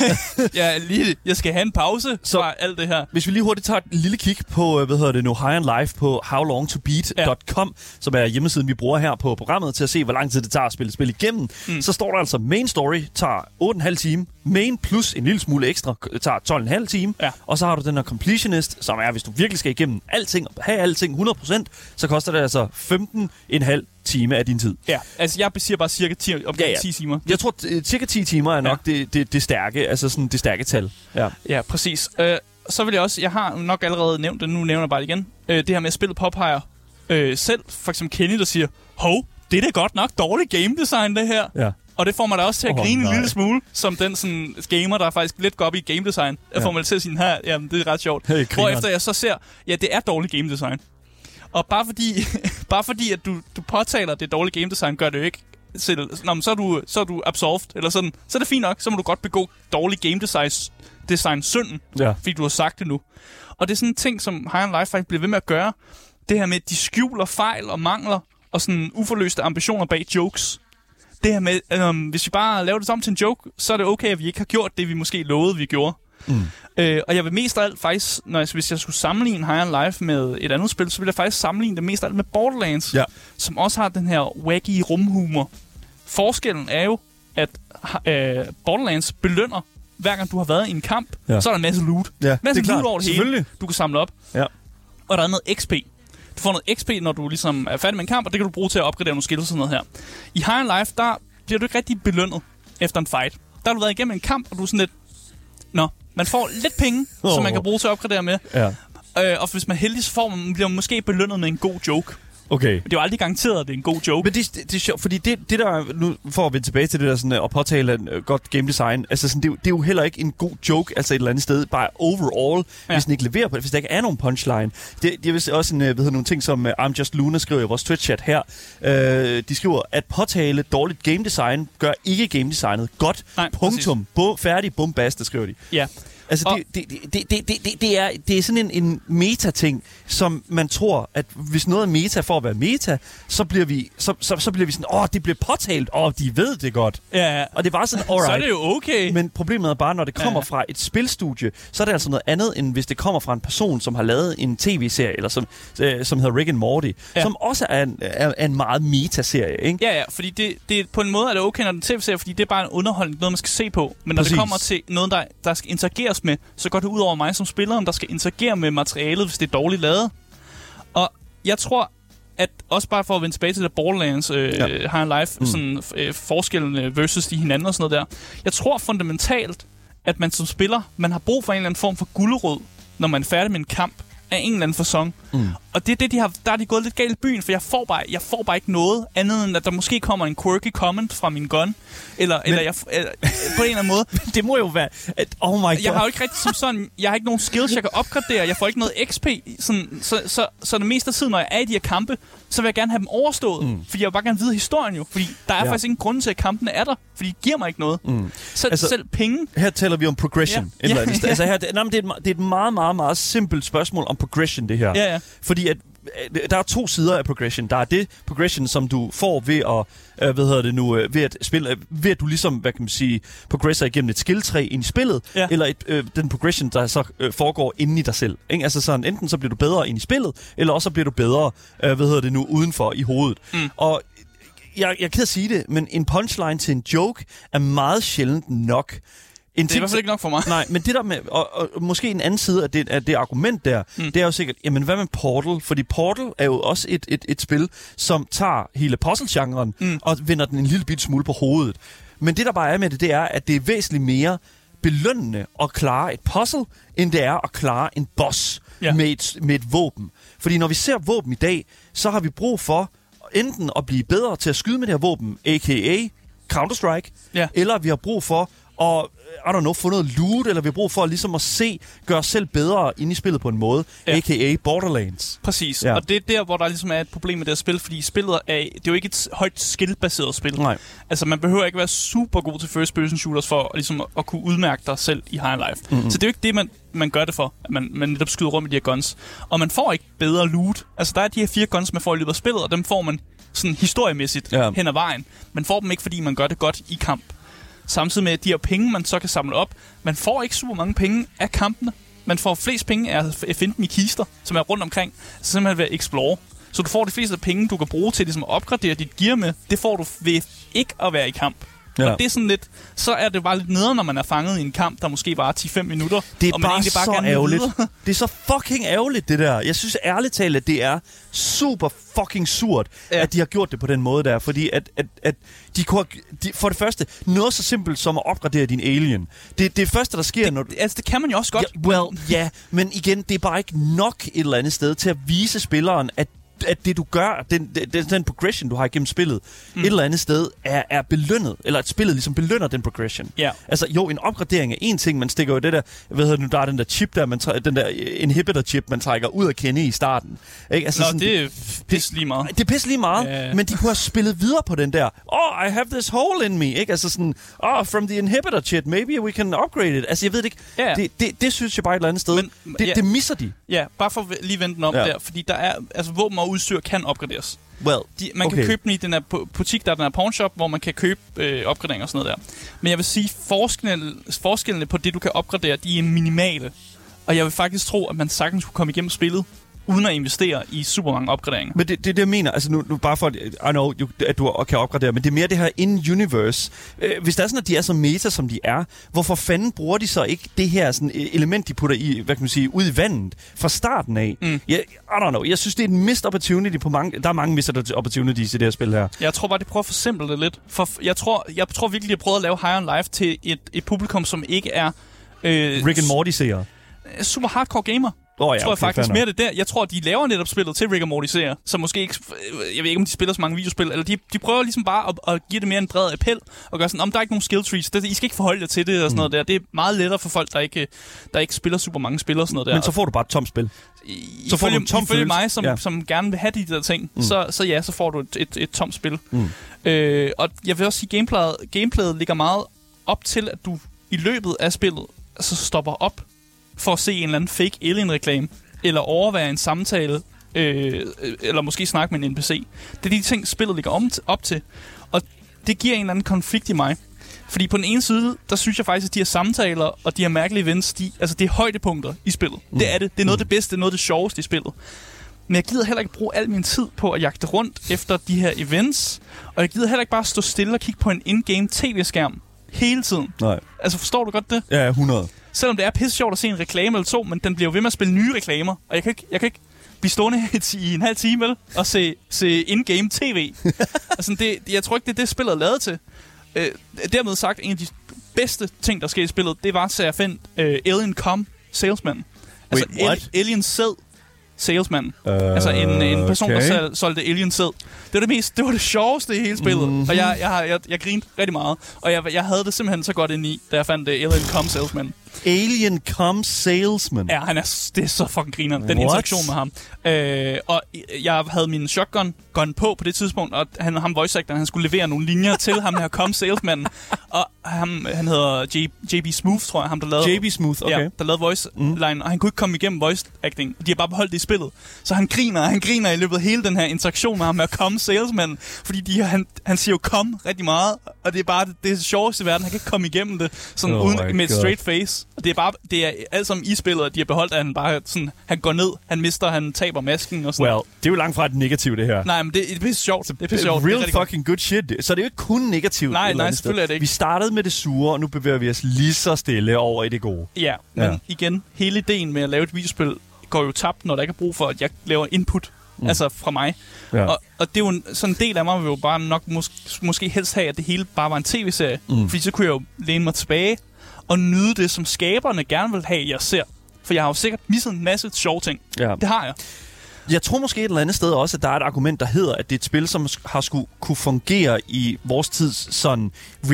Jeg skal have en pause fra alt det her. Hvis vi lige hurtigt tager et lille kig på, High on Life på howlongtobeat.com, som er hjemmesiden, vi bruger her på programmet, til at se, hvor lang tid det tager at spille spil igennem. Så står der altså, main story tager 8,5 time. Main plus en lille smule ekstra tager 12,5 time. Ja. Og så har du den her completionist, som er, hvis du virkelig skal igennem alting, og have alting 100%, så koster det altså 15,5 time af din tid. Ja, altså jeg siger bare cirka 10 timer. Jeg tror, cirka 10 timer er nok det stærke, altså sådan det stærke tal. Ja, præcis. Så vil jeg også, jeg har nok allerede nævnt det, nu nævner jeg bare det igen, det her med at spillet påpeger selv, for eksempel Kenny, der siger, det er da godt nok dårligt game design, det her. Ja. Og det får mig da også til at grine en lille smule, som den sådan gamer, der faktisk lidt går op i game design. Jeg får mig til at sige, her, jamen det er ret sjovt. Hvorefter jeg så ser, det er dårligt game design. Og bare fordi at du påtaler, at det er dårligt game design, gør det jo ikke. Så er du absolved, eller sådan. Så er det fint nok, så må du godt begå dårlig game design synden, fordi du har sagt det nu. Og det er sådan en ting, som High on Life faktisk bliver ved med at gøre. Det her med, at de skjuler fejl og mangler, og sådan uforløste ambitioner bag jokes. Det her med, hvis vi bare laver det om til en joke, så er det okay, at vi ikke har gjort det, vi måske lovede, vi gjorde. Og jeg vil mest af alt faktisk, hvis jeg skulle sammenligne High on Life med et andet spil, så vil jeg faktisk sammenligne det mest af alt med Borderlands, som også har den her wacky rumhumor. Forskellen er jo, at Borderlands belønner, hver gang du har været i en kamp, så er der en masse loot. Masse loot over det hele, du kan samle op. Og der er noget XP. Du får noget XP, når du ligesom er færdig med en kamp, og det kan du bruge til at opgradere nogle skills og sådan noget her. I High on Life, der bliver du ikke rigtig belønnet efter en fight. Der har du været igennem en kamp, og du er sådan lidt... man får lidt penge, som man kan bruge til at opgradere med. Og hvis man er heldig, så bliver man måske belønnet med en god joke. Okay. Men det er jo aldrig garanteret, at det er en god joke. Men det er sjovt, fordi det der... Nu for at vende tilbage til det der sådan, at påtale en godt game design, altså sådan, det er jo heller ikke en god joke, altså et eller andet sted, bare overall, hvis den ikke leverer på det, hvis der ikke er nogen punchline. Det er vist også nogle ting, som I'm Just Luna skriver i vores Twitch-chat her. De skriver, at påtale dårligt game design gør ikke game designet godt. Nej, punktum. Færdig, bum, basta, skriver de. Ja. Altså, det er sådan en meta-ting, som man tror, at hvis noget er meta for at være meta, så bliver vi sådan, det bliver påtalt, de ved det godt. Ja. Og det er bare sådan, alright. Så er det jo okay. Men problemet er bare, når det kommer fra et spilstudie, så er det altså noget andet, end hvis det kommer fra en person, som har lavet en tv-serie, eller som hedder Rick and Morty, som også er en meget meta-serie, ikke? Ja, fordi det på en måde er det okay, når det er en tv-serie, fordi det er bare en underholdning, noget man skal se på. Men når det kommer til noget, der skal interageres med, så går det ud over mig som spiller, der skal interagere med materialet, hvis det er dårligt lavet. Og jeg tror, at også bare for at vende tilbage til det Borderlands High on Life, sådan forskellen versus de hinanden og sådan noget der. Jeg tror fundamentalt, at man som spiller, man har brug for en eller anden form for gulerod, når man er færdig med en kamp af en eller anden facon. Og det er det, der er de gået lidt galt i byen, for jeg får bare ikke noget andet, end at der måske kommer en quirky comment fra min gun, eller på en eller anden måde. Det må jo være... Oh my god. Jeg har jo ikke rigtig som sådan... Jeg har ikke nogen skills, jeg kan opgradere. Jeg får ikke noget XP. Sådan, så det meste af tiden, når jeg er i de her kampe, så vil jeg gerne have dem overstået. Fordi jeg vil bare gerne vide historien jo. Fordi der er faktisk ingen grund til, at kampene er der. Fordi de giver mig ikke noget. Selv penge... Her taler vi om progression. Ja. Ja. Altså her, det er et meget, meget, meget simpelt spørgsmål om progression, det her. Ja. Fordi at der er to sider af progression. Der er det progression, som du får ved at, ved at spille, ved at du ligesom, hvad kan man sige, progresser igennem et skilltræ ind i spillet, eller den progression, der så foregår inde i dig selv. Ikke? Altså sådan, enten så bliver du bedre ind i spillet, eller også så bliver du bedre, udenfor i hovedet. Og jeg er ked at sige det, men en punchline til en joke er meget sjældent nok. Det er i hvert fald ikke nok for mig. Nej, men det der med, og måske en anden side af det argument der, det er jo sikkert, jamen hvad med Portal? Fordi Portal er jo også et spil, som tager hele puzzle-genren og vender den en lille bit smule på hovedet. Men det der bare er med det er, at det er væsentligt mere belønnende at klare et puzzle, end det er at klare en boss med et våben. Fordi når vi ser våben i dag, så har vi brug for enten at blive bedre til at skyde med det her våben, a.k.a. Counter-Strike, eller vi har brug for at få noget loot, eller vi har brug for ligesom at gøre os selv bedre inde i spillet på en måde, a.k.a. Borderlands. Præcis, og det er der, hvor der ligesom er et problem med det her spil, fordi spillet det er jo ikke et højt skill-baseret spil. Nej. Altså, man behøver ikke være super god til first-person shooters for ligesom at kunne udmærke dig selv i High Life. Så det er jo ikke det, man gør det for, at man netop skyder rundt med de her guns. Og man får ikke bedre loot. Altså, der er de her 4 guns, man får i løbet af spillet, og dem får man sådan historiemæssigt hen ad vejen. Man får dem ikke, fordi man gør det godt i kamp. Samtidig med de her penge, man så kan samle op. Man får ikke super mange penge af kampene. Man får flest penge af at finde dem i kister, som er rundt omkring. Så simpelthen ved at explore. Så du får de fleste penge, du kan bruge til ligesom at opgradere dit gear med. Det får du ved ikke at være i kamp. Ja. Og det er sådan lidt, så er det bare lidt nederen, når man er fanget i en kamp, der måske varer 10-5 minutter. Det er og man bare så gerne ærgerligt. Det er så fucking ærgerligt, det der. Jeg synes ærligt talt, at det er super fucking surt, at de har gjort det på den måde der. Fordi at de kunne for det første, noget så simpelt som at opgradere din alien. Det første, der sker, når du... Altså, det kan man jo også godt. Men igen, det er bare ikke nok et eller andet sted til at vise spilleren, at det du gør, den progression, du har igennem spillet, et eller andet sted er belønnet, eller at spillet ligesom belønner den progression. Ja. Altså jo, en opgradering er en ting, man stikker jo det der, der er den der chip der, den der inhibitor chip, man trækker ud af Kenny i starten. Ikke? Altså, sådan, det er pisse lige meget. Det er pisse lige meget, men de kunne have spillet videre på den der, I have this hole in me, ikke? Altså sådan, from the inhibitor chip, maybe we can upgrade it. Altså jeg ved det ikke, det synes jeg bare et eller andet sted, det misser de. Ja, bare for at lige vente den om der, fordi der er, altså våben og udstyr kan opgraderes. Man kan købe den i den her butik, der er den her pawnshop, hvor man kan købe opgraderinger og sådan noget der. Men jeg vil sige, forskellene på det, du kan opgradere, de er minimale. Og jeg vil faktisk tro, at man sagtens kunne komme igennem spillet, uden at investere i super mange opgraderinger. Men det er det, jeg mener. Altså nu bare for, at du kan opgradere, men det er mere det her in-universe. Hvis det er sådan, at de er så meta, som de er, hvorfor fanden bruger de så ikke det her sådan, element, de putter i, hvad kan man sige, ud i vandet fra starten af? I don't know. Jeg synes, det er en missed opportunity på mange... Der er mange missed opportunities i det her spil her. Jeg tror bare, de prøver at forsimple det lidt. For jeg tror virkelig, de har prøvet at lave High on Life til et publikum, som ikke er... Rick and Morty-serier. Super hardcore gamer. Tror jeg faktisk mere det der. Jeg tror, de laver netop spillet til Rick and Morty-serier, så måske ikke... Jeg ved ikke, om de spiller så mange videospil, eller de prøver ligesom bare at give det mere en bred appel, og gøre sådan, der er ikke nogen skill trees, I skal ikke forholde jer til det, og sådan noget der. Det er meget lettere for folk, der ikke spiller super mange spil og sådan noget der. Men så får du bare et tomt spil. Så får du en tom følelse. Mig, som gerne vil have de der ting, så får du et tomt spil. Og jeg vil også sige, gameplayet ligger meget op til, at du i løbet af spillet så stopper op for at se en eller anden fake alien-reklame, eller overvære en samtale, eller måske snakke med en NPC. Det er de ting, spillet ligger op til. Og det giver en eller anden konflikt i mig. Fordi på den ene side, der synes jeg faktisk, at de her samtaler og de her mærkelige events, det er højdepunkter i spillet. Det er det. Det er noget af det bedste, det er noget af det sjoveste i spillet. Men jeg gider heller ikke bruge al min tid på at jagte rundt efter de her events, og jeg gider heller ikke bare stå stille og kigge på en in-game tv-skærm hele tiden. Nej. Altså, forstår du godt det? Ja, 100. Selvom det er pisse sjovt at se en reklame eller to, men den bliver jo ved med at spille nye reklamer, og jeg kan ikke blive stående i en halv time, vel, og se in-game tv. Altså, jeg tror ikke, det er det, spillet er lavet til. Dermed sagt, en af de bedste ting, der sker i spillet, det var at finde Alien Com Salesman. Altså, Alien sæd salesman. Altså en person, der solgte alien-sæd. Det var det sjoveste i hele spillet. Og jeg grinte rigtig meget. Og jeg havde det simpelthen så godt ind i, da jeg fandt Alien Come Salesman. Alien Come Salesman? Ja, det er så fucking griner. Den interaktion med ham. Og jeg havde min shotgun på det tidspunkt, og ham voice-actoren, han skulle levere nogle linjer til ham her Come Salesman. Og han hedder JB Smooth, tror jeg, ham der lavede... JB Smooth, okay. Ja, der lavede voice-line, og han kunne ikke komme igennem voice-acting. De har bare beholdt det i spillet. Så han griner i løbet af hele den her interaktion med ham med Come Salesman, fordi han siger jo come rigtig meget, og det er bare det sjoveste i verden. Han kan ikke komme igennem det sådan uden med et straight face. Og det er alt sammen i spillet, og de har beholdt, at han bare sådan, han går ned, han taber masken og sådan. Well, det er jo langt fra det negative, det her. Nej, men det er pisse sjovt. Det er pisse sjovt. Real fucking good shit. Så det er jo ikke kun negativt. Nej, selvfølgelig er det ikke. Vi startede med det sure, og nu bevæger vi os lige så stille over i det gode. Ja, men igen, hele ideen med at lave et videospil går jo tabt, når der ikke er brug for, at jeg laver input. Altså fra mig. Ja. Og det er jo sådan en del af mig, vil jo bare nok måske helst have, at det hele bare var en tv-serie. Fordi så kunne jeg jo læne mig tilbage og nyde det, som skaberne gerne vil have, jeg ser. For jeg har jo sikkert misset en masse sjove ting. Ja. Det har jeg. Jeg tror måske et eller andet sted også, at der er et argument, der hedder, at det er et spil, som har skulle kunne fungere i vores tids sådan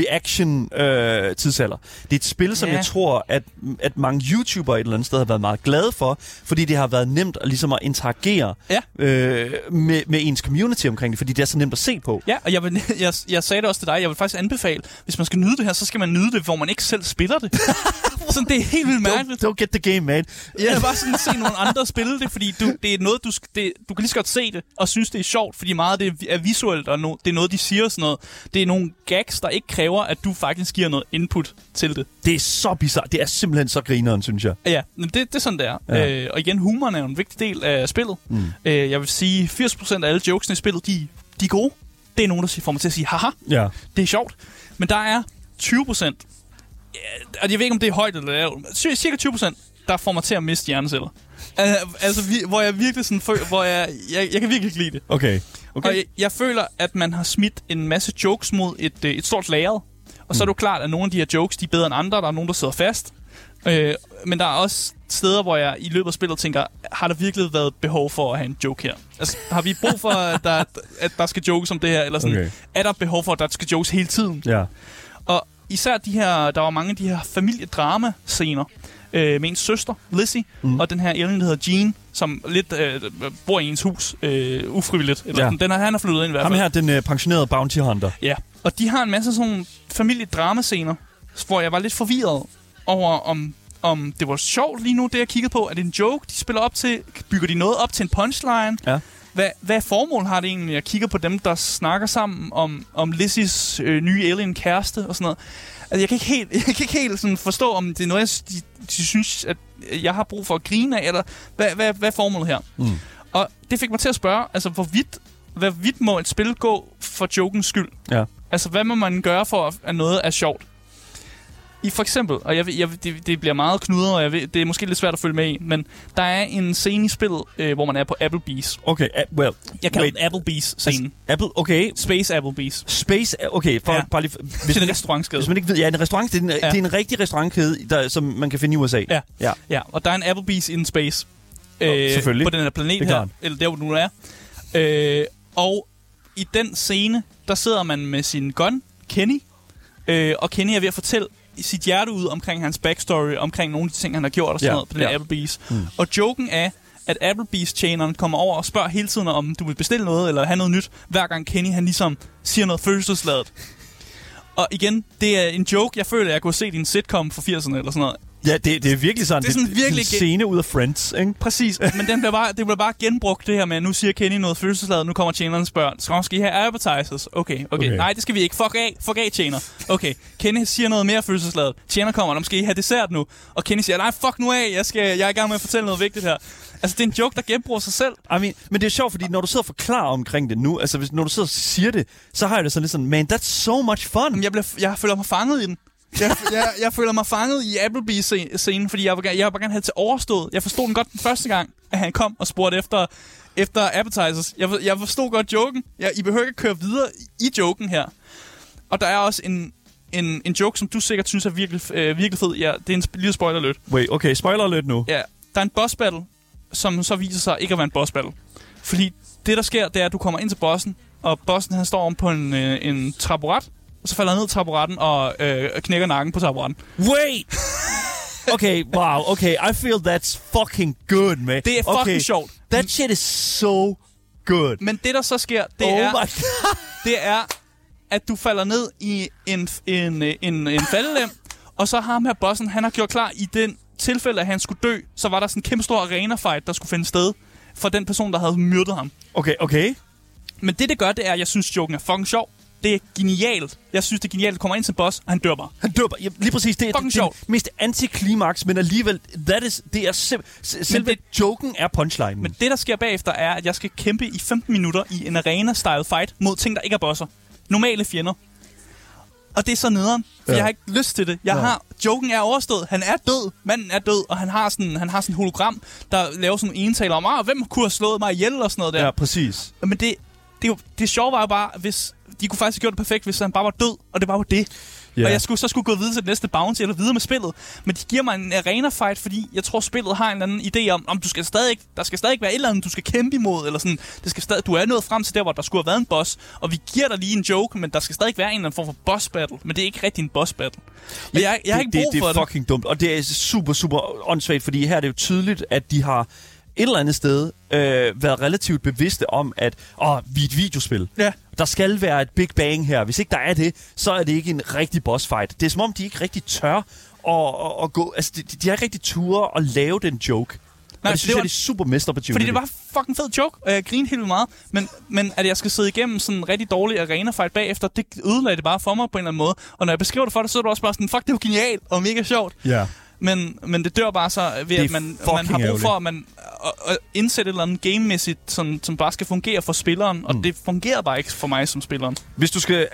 reaction-tidsalder. Det er et spil, som jeg tror, at mange YouTubere et eller andet sted har været meget glade for, fordi det har været nemt at, ligesom at interagere med ens community omkring det, fordi det er så nemt at se på. Ja, og jeg sagde det også til dig, jeg vil faktisk anbefale, hvis man skal nyde det her, så skal man nyde det, hvor man ikke selv spiller det. Sådan, det er helt vildt mærkeligt. Don't get the game, man. Jeg vil bare sådan se nogle andre spille det, fordi det er noget, du kan lige så godt se det, og synes, det er sjovt, fordi meget af det er visuelt, og det er noget, de siger sådan noget. Det er nogle gags, der ikke kræver, at du faktisk giver noget input til det. Det er så bizarrt. Det er simpelthen så grineren, synes jeg. Ja, men det er sådan, det er. Ja. Og igen, humoren er jo en vigtig del af spillet. Jeg vil sige, 80% af alle jokesene i spillet, de er gode. Det er nogen, der får mig til at sige, haha, det er sjovt. Men der er 20%, og jeg ved ikke, om det er højt eller lavt, cirka 20%, der får mig til at miste hjerneceller. Altså, hvor jeg virkelig sådan hvor jeg kan virkelig lide det. Okay. Og jeg føler, at man har smidt en masse jokes mod et stort lager. Og så er det jo klart, at nogle af de her jokes, de er bedre end andre. Der er nogen, der sidder fast. Men der er også steder, hvor jeg i løbet af spillet tænker, har der virkelig været behov for at have en joke her? Altså, har vi brug for, at der skal jokes om det her? Eller sådan, er der behov for, at der skal jokes hele tiden? Ja. Og især der var mange af de her familiedrama-scener, med ens søster, Lizzie, og den her alien, der hedder Jean, som lidt bor i ens hus ufrivilligt. Eller han er flyttet ind i hvert fald. Ham her, den pensionerede bounty hunter. Ja, og de har en masse sådan familiedramascener, hvor jeg var lidt forvirret over, om det var sjovt lige nu, det jeg kiggede på. Er det en joke, de spiller op til? Bygger de noget op til en punchline? Ja. Hvad formål har det egentlig? Jeg kigger på dem, der snakker sammen om Lizzies nye alien-kæreste og sådan noget. Altså, jeg kan ikke helt sådan forstå, om det er noget, de synes, at jeg har brug for at grine af, eller hvad er formålet her? Og det fik mig til at spørge, altså, hvor vidt må et spil gå for jokens skyld? Ja. Altså, hvad må man gøre for, at noget er sjovt? For eksempel, og det bliver meget knudret, og det er måske lidt svært at følge med i, men der er en scene i spillet, hvor man er på Applebee's. Okay, jeg kalder den Applebee's-scenen. Space Applebee's. Space, okay. Bare lige, det er en restaurantkæde. Hvis man ikke ved, en restaurant, det er en rigtig restaurantkæde, som man kan finde i USA. Ja, og der er en Applebee's in space. Selvfølgelig. På den her planet her, eller der, hvor du nu er. Og i den scene, der sidder man med sin gun, Kenny, og Kenny er ved at fortælle sit hjerte ud omkring hans backstory, omkring nogle af de ting, han har gjort og sådan noget på den Applebee's. Og joken er, at Applebee's-tjeneren kommer over og spørger hele tiden, om du vil bestille noget eller have noget nyt, hver gang Kenny han ligesom siger noget følelsesladet. Og igen, det er en joke, jeg føler, jeg kunne se i en sitcom fra 80'erne eller sådan noget. Ja, det er virkelig sådan. Det er sådan virkelig en scene ud af Friends, ikke? Præcis, men det bliver bare genbrugt det her med, nu siger Kenny noget følelsesladet, nu kommer tjeneren og spørger, skal I have appetizers? Okay. Nej, det skal vi ikke. Fuck af, tjener. Okay, Kenny siger noget mere følelsesladet. Tjener kommer, skal I have dessert nu? Og Kenny siger, nej, fuck nu af, jeg er i gang med at fortælle noget vigtigt her. Altså, det er en joke, der genbruger sig selv. Men det er sjovt, fordi når du sidder og forklarer omkring det nu, altså når du sidder og siger det, så har jeg det sådan lidt sådan, man, that's so much fun. Jeg føler mig fanget i den. Jeg føler mig fanget i Applebee's-scenen, fordi jeg vil bare gerne have det til overstået. Jeg forstod den godt den første gang, at han kom og spurgte efter appetizers. Jeg forstod godt joken. I behøver ikke køre videre i joken her. Og der er også en joke, som du sikkert synes er virkelig fed. Ja, det er en lille spoiler alert. Wait, okay, spoiler alert nu. Ja, der er en boss battle, som så viser sig ikke at være en boss battle. Fordi det, der sker, det er, at du kommer ind til bossen, og bossen han står om på en taburet, og så falder han ned i taburetten og knækker nakken på taburetten. Wait! Okay, wow, okay. I feel that's fucking good, man. Det er fucking sjovt. That shit is so good. Men det, der så sker, det er, at du falder ned i en faldelem, og så har ham her bossen, han har gjort klar i den tilfælde, at han skulle dø, så var der sådan en kæmpe stor arena-fight, der skulle finde sted for den person, der havde myrdet ham. Okay. Men det gør, det er, at jeg synes, joken er fucking sjov. Det er genialt. Jeg synes, det er genialt. Du kommer ind til boss, og han dør bare. Ja, lige præcis. Det er det mest antiklimaks, men alligevel, det er selve joken er punchline. Men det, der sker bagefter, er, at jeg skal kæmpe i 15 minutter i en arena-style fight mod ting, der ikke er bosser. Normale fjender. Og det er så nederen, for jeg har ikke lyst til det. Joken er overstået. Han er død. Manden er død, og han har sådan en hologram, der laver sådan en entaler om, hvem kunne have slået mig ihjel og sådan noget der. Ja, præcis. Men det sjove var jo bare, hvis de kunne faktisk have gjort det perfekt, hvis han bare var død, og det bare var det. Yeah. Og jeg skulle gå videre til det næste bounty, eller videre med spillet. Men de giver mig en arena-fight, fordi jeg tror, spillet har en eller anden idé om der skal stadig være et eller andet, du skal kæmpe imod, eller sådan. Du er nået frem til der, hvor der skulle have været en boss, og vi giver dig lige en joke, men der skal stadig være en eller anden form for boss battle. Men det er ikke rigtig en boss battle. Og jeg har ikke brug for det. Det er fucking dumt, og det er super, super åndssvagt, fordi her er det jo tydeligt, at de har et eller andet sted været relativt bevidste om, at vi er et videospil. Ja. Der skal være et Big Bang her. Hvis ikke der er det, så er det ikke en rigtig boss fight. Det er som om, de ikke rigtig tør at gå... Altså, de har ikke rigtig ture at lave den joke. Nej, det synes jeg er super missed opportunity. Fordi det var fucking fed joke, og jeg grinede helt vildt meget. Men at jeg skal sidde igennem sådan en rigtig dårlig arena-fight bagefter, det ødelagde det bare for mig på en eller anden måde. Og når jeg beskriver det for dig, så er du også bare sådan, fuck, det var genialt og mega sjovt. Ja. Yeah. Men det dør bare så ved, at man har brug for at indsætte et eller andet gamemæssigt, som bare skal fungere for spilleren. Og det fungerer bare ikke for mig som spilleren. Hvis du skal...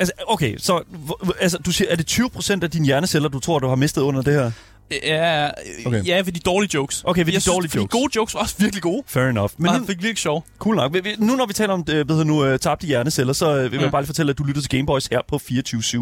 du siger, er det 20% af dine hjerneceller, du tror, du har mistet under det her? Ja, okay. Ja, ved de dårlige jokes. Okay, ved de dårlige jokes. De gode jokes var også virkelig gode. Fair enough. Men det fik virkelig sjov. Cool nok. Nu når vi taler om tabte hjerneceller, så vil jeg bare lige fortælle, at du lytter til Gameboys her på 24/7.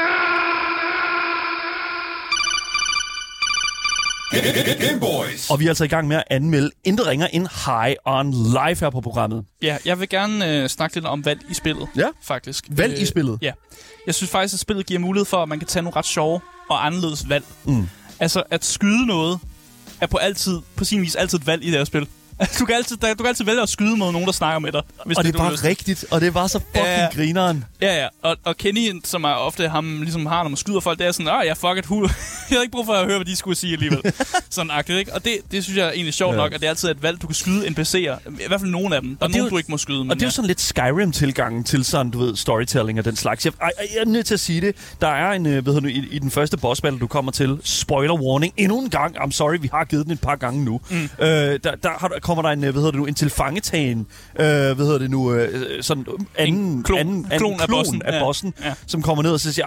Gameboys. Og vi er altså i gang med at anmelde intet ringer end High on Life her på programmet. Ja, jeg vil gerne snakke lidt om valg i spillet. Ja, faktisk. Valg i spillet? Ja. Jeg synes faktisk, at spillet giver mulighed for, at man kan tage nogle ret sjove og anderledes valg. Altså, at skyde noget er på sin vis altid et valg i det her spil. Du kan altid vælge at skyde mod nogen, der snakker med dig. Og det er bare rigtigt, og det var så fucking grineren. Ja. Og Kenny, som er ofte ham ligesom har, når man skyder folk, det er sådan, fuck it, jeg havde ikke brug for at høre, hvad de skulle sige alligevel. Sådan agtigt, ikke? Og det synes jeg er egentlig sjovt nok, at det er altid et valg, du kan skyde NPC'er. I hvert fald nogle af dem. Der er nogen, du ikke må skyde. Og det er jo sådan lidt Skyrim-tilgangen til sådan, du ved, storytelling og den slags. Jeg er nødt til at sige det. Der er en, i den første boss battle, du kommer til, spoiler warning, endnu en gang. I'm sorry, vi har givet den et par gange nu. Kommer der en tilfangetagen, sådan anden klon af bossen, som kommer ned og så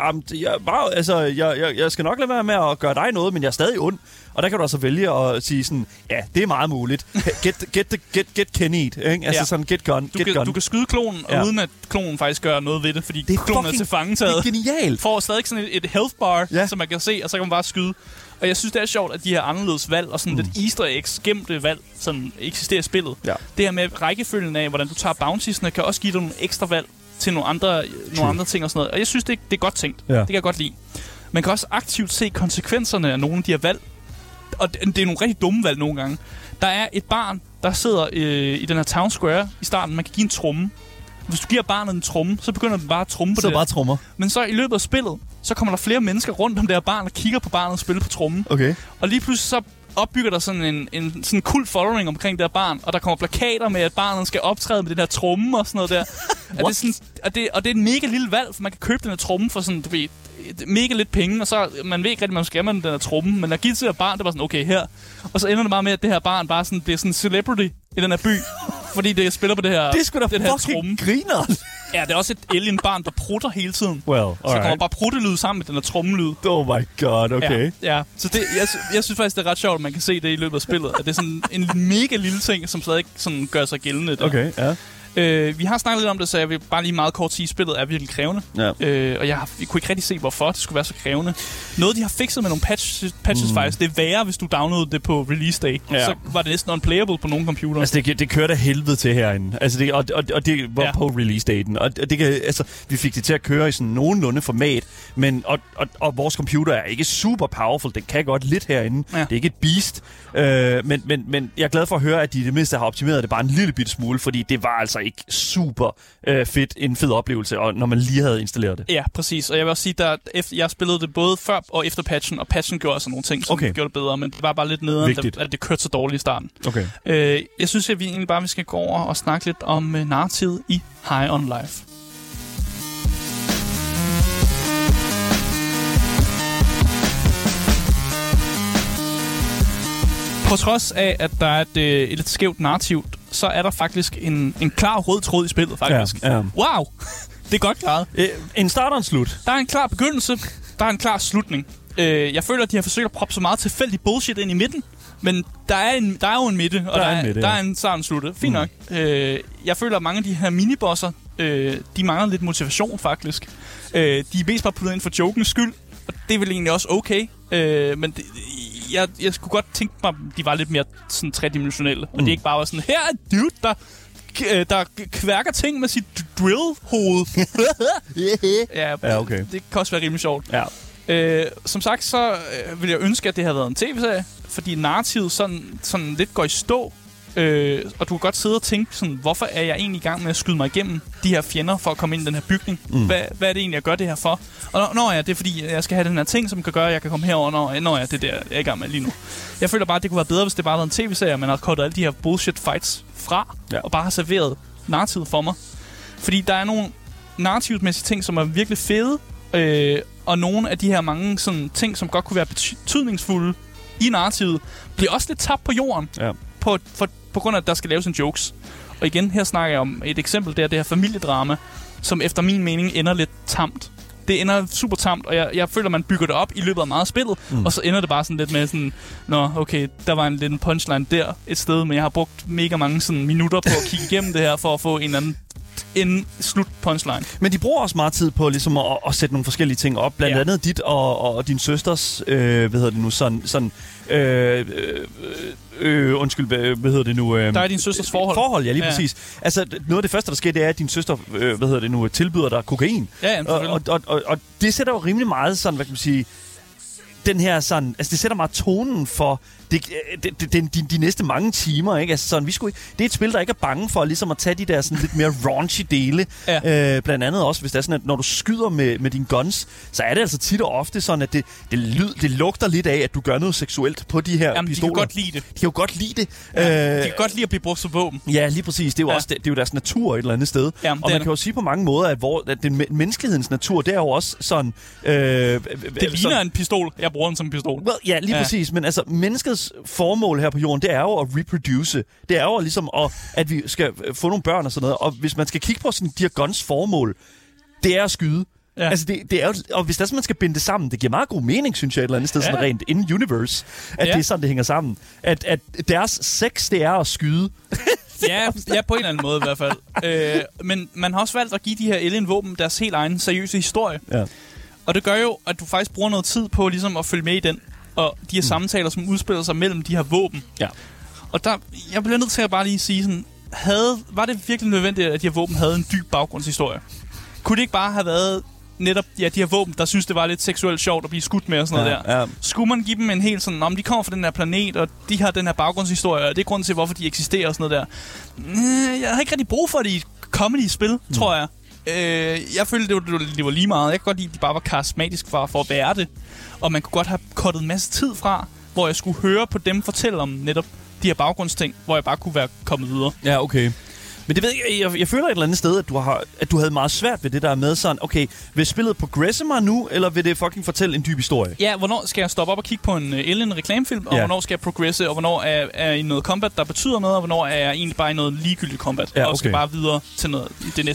siger, jeg skal nok lade være med at gøre dig noget, men jeg er stadig ond. Og der kan du altså vælge at sige sådan, ja, det er meget muligt. Get Kenny, ikke? Altså sådan, get gun. Du kan skyde klonen, uden at klonen faktisk gør noget ved det, fordi klonen er til fangetaget. Det er genialt. Får stadig sådan et health bar, som man kan se, og så kan man bare skyde. Og jeg synes, det er sjovt, at de her anderledes valg og sådan lidt easter eggs, gemte valg, sådan eksisterer i spillet. Ja. Det her med rækkefølgen af, hvordan du tager bountiesne, kan også give dig nogle ekstra valg til nogle andre ting og sådan noget. Og jeg synes, det er godt tænkt. Ja. Det kan jeg godt lide. Man kan også aktivt se konsekvenserne af nogle af de her valg. Og det er nogle rigtig dumme valg nogle gange. Der er et barn, der sidder i den her town square i starten. Man kan give en tromme. Hvis du giver barnet en tromme, så begynder den bare at tromme på det. Så bare trommer. Men så i løbet af spillet, så kommer der flere mennesker rundt om det her barn og kigger på barnet spille på trommen. Okay. Og lige pludselig så opbygger der sådan en sådan kult following omkring det her barn, og der kommer plakater med, at barnet skal optræde med den her tromme og sådan noget der. og det er et mega lille valg, for man kan købe den her tromme for sådan, du ved, mega lidt penge, og så man ved ikke rigtig, man skal med den her tromme, men der giver til det her barn, det var sådan, okay, her. Og så ender det bare med, at det her barn bare sådan, det er sådan en celebrity i den her by, fordi det spiller på det her. Det er sgu da fucking griner. Ja, det er også et alien-barn, der prutter hele tiden. Well, så kommer bare pruttelyd sammen med den her trommelyd. Oh my god, okay. Ja. Så det, jeg synes faktisk, det er ret sjovt, at man kan se det i løbet af spillet. At det er sådan en mega lille ting, som stadig sådan gør sig gældende der. Okay, ja. Vi har snakket lidt om det, så jeg vil bare lige meget kort sige, at spillet er virkelig krævende. Ja. Og jeg kunne ikke rigtig se, hvorfor det skulle være så krævende. Noget, de har fikset med nogle patches faktisk, det er værre, hvis du downloadede det på release day. Ja. Så var det næsten unplayable på nogle computere. Altså, det kører da helvede til herinde. Altså, det var på release-daten. Og det kan, altså, vi fik det til at køre i sådan nogenlunde format, men og vores computer er ikke super powerful. Den kan godt lidt herinde. Ja. Det er ikke et beast. Men jeg er glad for at høre, at de det mindste har optimeret det bare en lille bitte smule, fordi det var altså ikke super fedt, en fed oplevelse, og når man lige havde installeret det. Ja, præcis. Og jeg vil også sige, at jeg spillede det både før og efter patchen, og patchen gjorde altså nogle ting, som gjorde det bedre, men det var bare lidt nederen, at det kørte så dårligt i starten. Okay. Jeg synes, at vi egentlig bare skal gå over og snakke lidt om narrativet i High on Life. På trods af, at der er et lidt skævt narrativ, så er der faktisk en klar rød tråd i spillet, faktisk. Ja. Wow! Det er godt klaret. En start og en slut. Der er en klar begyndelse, der er en klar slutning. Jeg føler, at de har forsøgt at proppe så meget tilfældig bullshit ind i midten, men der er jo en midte, og der er en start og en slut. Fint nok. Jeg føler, at mange af de her minibosser, de mangler lidt motivation, faktisk. De er mest bare puttet ind for jokens skyld, og det er vel egentlig også okay. Men jeg skulle godt tænke mig, at de var lidt mere sådan tredimensionelle. Og det ikke bare var sådan, her er en dude, der kværker ting med sit drill-hoved. Ja, okay. Det kan også være rimelig sjovt. Ja. Som sagt, så vil jeg ønske, at det havde været en tv-serie, fordi narrativet sådan lidt går i stå. Og du kan godt sidde og tænke sådan, hvorfor er jeg egentlig i gang med at skyde mig igennem de her fjender for at komme ind i den her bygning? Hvad er det egentlig, jeg gør det her for? Og når det er fordi, jeg skal have den her ting, som kan gøre, at jeg kan komme herover, når det der, jeg er i gang med lige nu. Jeg føler bare, at det kunne være bedre, hvis det bare var en tv-serie, man havde cuttet alle de her bullshit fights fra, og bare har serveret narrativet for mig. Fordi der er nogle narrativsmæssige ting, som er virkelig fede, og nogle af de her mange sådan, ting, som godt kunne være betydningsfulde i narrativet, bliver også lidt tabt på jorden. Ja. På grund af, at der skal laves en jokes. Og igen, her snakker jeg om et eksempel, det her familiedrama, som efter min mening ender lidt tamt. Det ender super tamt, og jeg føler, man bygger det op i løbet af meget spillet, og så ender det bare sådan lidt med sådan, nå, okay, der var en lille punchline der et sted, men jeg har brugt mega mange sådan minutter på at kigge igennem det her, for at få en eller anden slut punchline. Men de bruger også meget tid på ligesom at sætte nogle forskellige ting op, blandt andet dit og din søsters, undskyld, hvad hedder det nu? Der er din søsters forhold. Forhold, ja, lige præcis. Altså, noget af det første, der sker, det er, at din søster, tilbyder dig kokain. Ja, og det sætter jo rimelig meget sådan, hvad kan man sige, den her sådan, altså det sætter meget tonen for de næste mange timer, ikke? Altså sådan, det er et spil, der ikke er bange for ligesom at tage de der sådan lidt mere raunchy dele. Ja. Blandt andet også, hvis det er sådan, at når du skyder med dine guns, så er det altså tit og ofte sådan, at det lugter lidt af, at du gør noget seksuelt på de her pistoler. De kan godt lide det. De kan jo godt lide det. Ja, de kan godt lide at blive brugt som våben. Ja, lige præcis. Det er jo også det er jo deres natur et eller andet sted. Jamen, og man kan jo sige på mange måder, at den menneskelighedens natur, det er jo også sådan... det ligner en pistol. Jeg bruger den som en pistol. Well, ja, lige præcis. Men altså, menneskets formål her på jorden, det er jo at reproduce. Det er jo ligesom, at vi skal få nogle børn og sådan noget. Og hvis man skal kigge på sådan de her guns formål, det er at skyde. Ja. Altså, det er jo, og hvis man skal binde det sammen, det giver meget god mening, synes jeg, et eller andet sted, sådan rent in-universe, at det er sådan, det hænger sammen. At deres sex, det er at skyde. Ja, på en eller anden måde i hvert fald. Men man har også valgt at give de her alien-våben deres helt egen seriøse historie. Ja. Og det gør jo, at du faktisk bruger noget tid på ligesom at følge med i den. Og de her samtaler, som udspiller sig mellem de her våben. Ja. Og jeg bliver nødt til at bare lige sige sådan, var det virkelig nødvendigt, at de her våben havde en dyb baggrundshistorie? Kunne det ikke bare have været netop de her våben, der synes, det var lidt seksuelt sjovt at blive skudt med og sådan noget der? Ja. Skulle man give dem en helt sådan, om de kommer fra den her planet, og de har den her baggrundshistorie, og det er grunden til, hvorfor de eksisterer og sådan noget der? Jeg har ikke rigtig brug for det i comedy-spil, tror jeg. Jeg følte, det var lige meget. Jeg kan godt lide, at de bare var karismatisk for at være det. Og man kunne godt have kuttet en masse tid fra, hvor jeg skulle høre på dem fortælle om netop de her baggrundsting, hvor jeg bare kunne være kommet videre. Ja, okay. Men det ved jeg føler et eller andet sted, at du havde meget svært ved det der med sådan, okay, vil spillet progresse mig nu, eller vil det fucking fortælle en dyb historie? Ja, hvornår skal jeg stoppe op og kigge på en Alien-reklamefilm, og hvornår skal jeg progresse, og hvornår er jeg i noget combat, der betyder noget, og hvornår er jeg egentlig bare i noget ligegyldigt combat, og skal bare videre til noget det næste.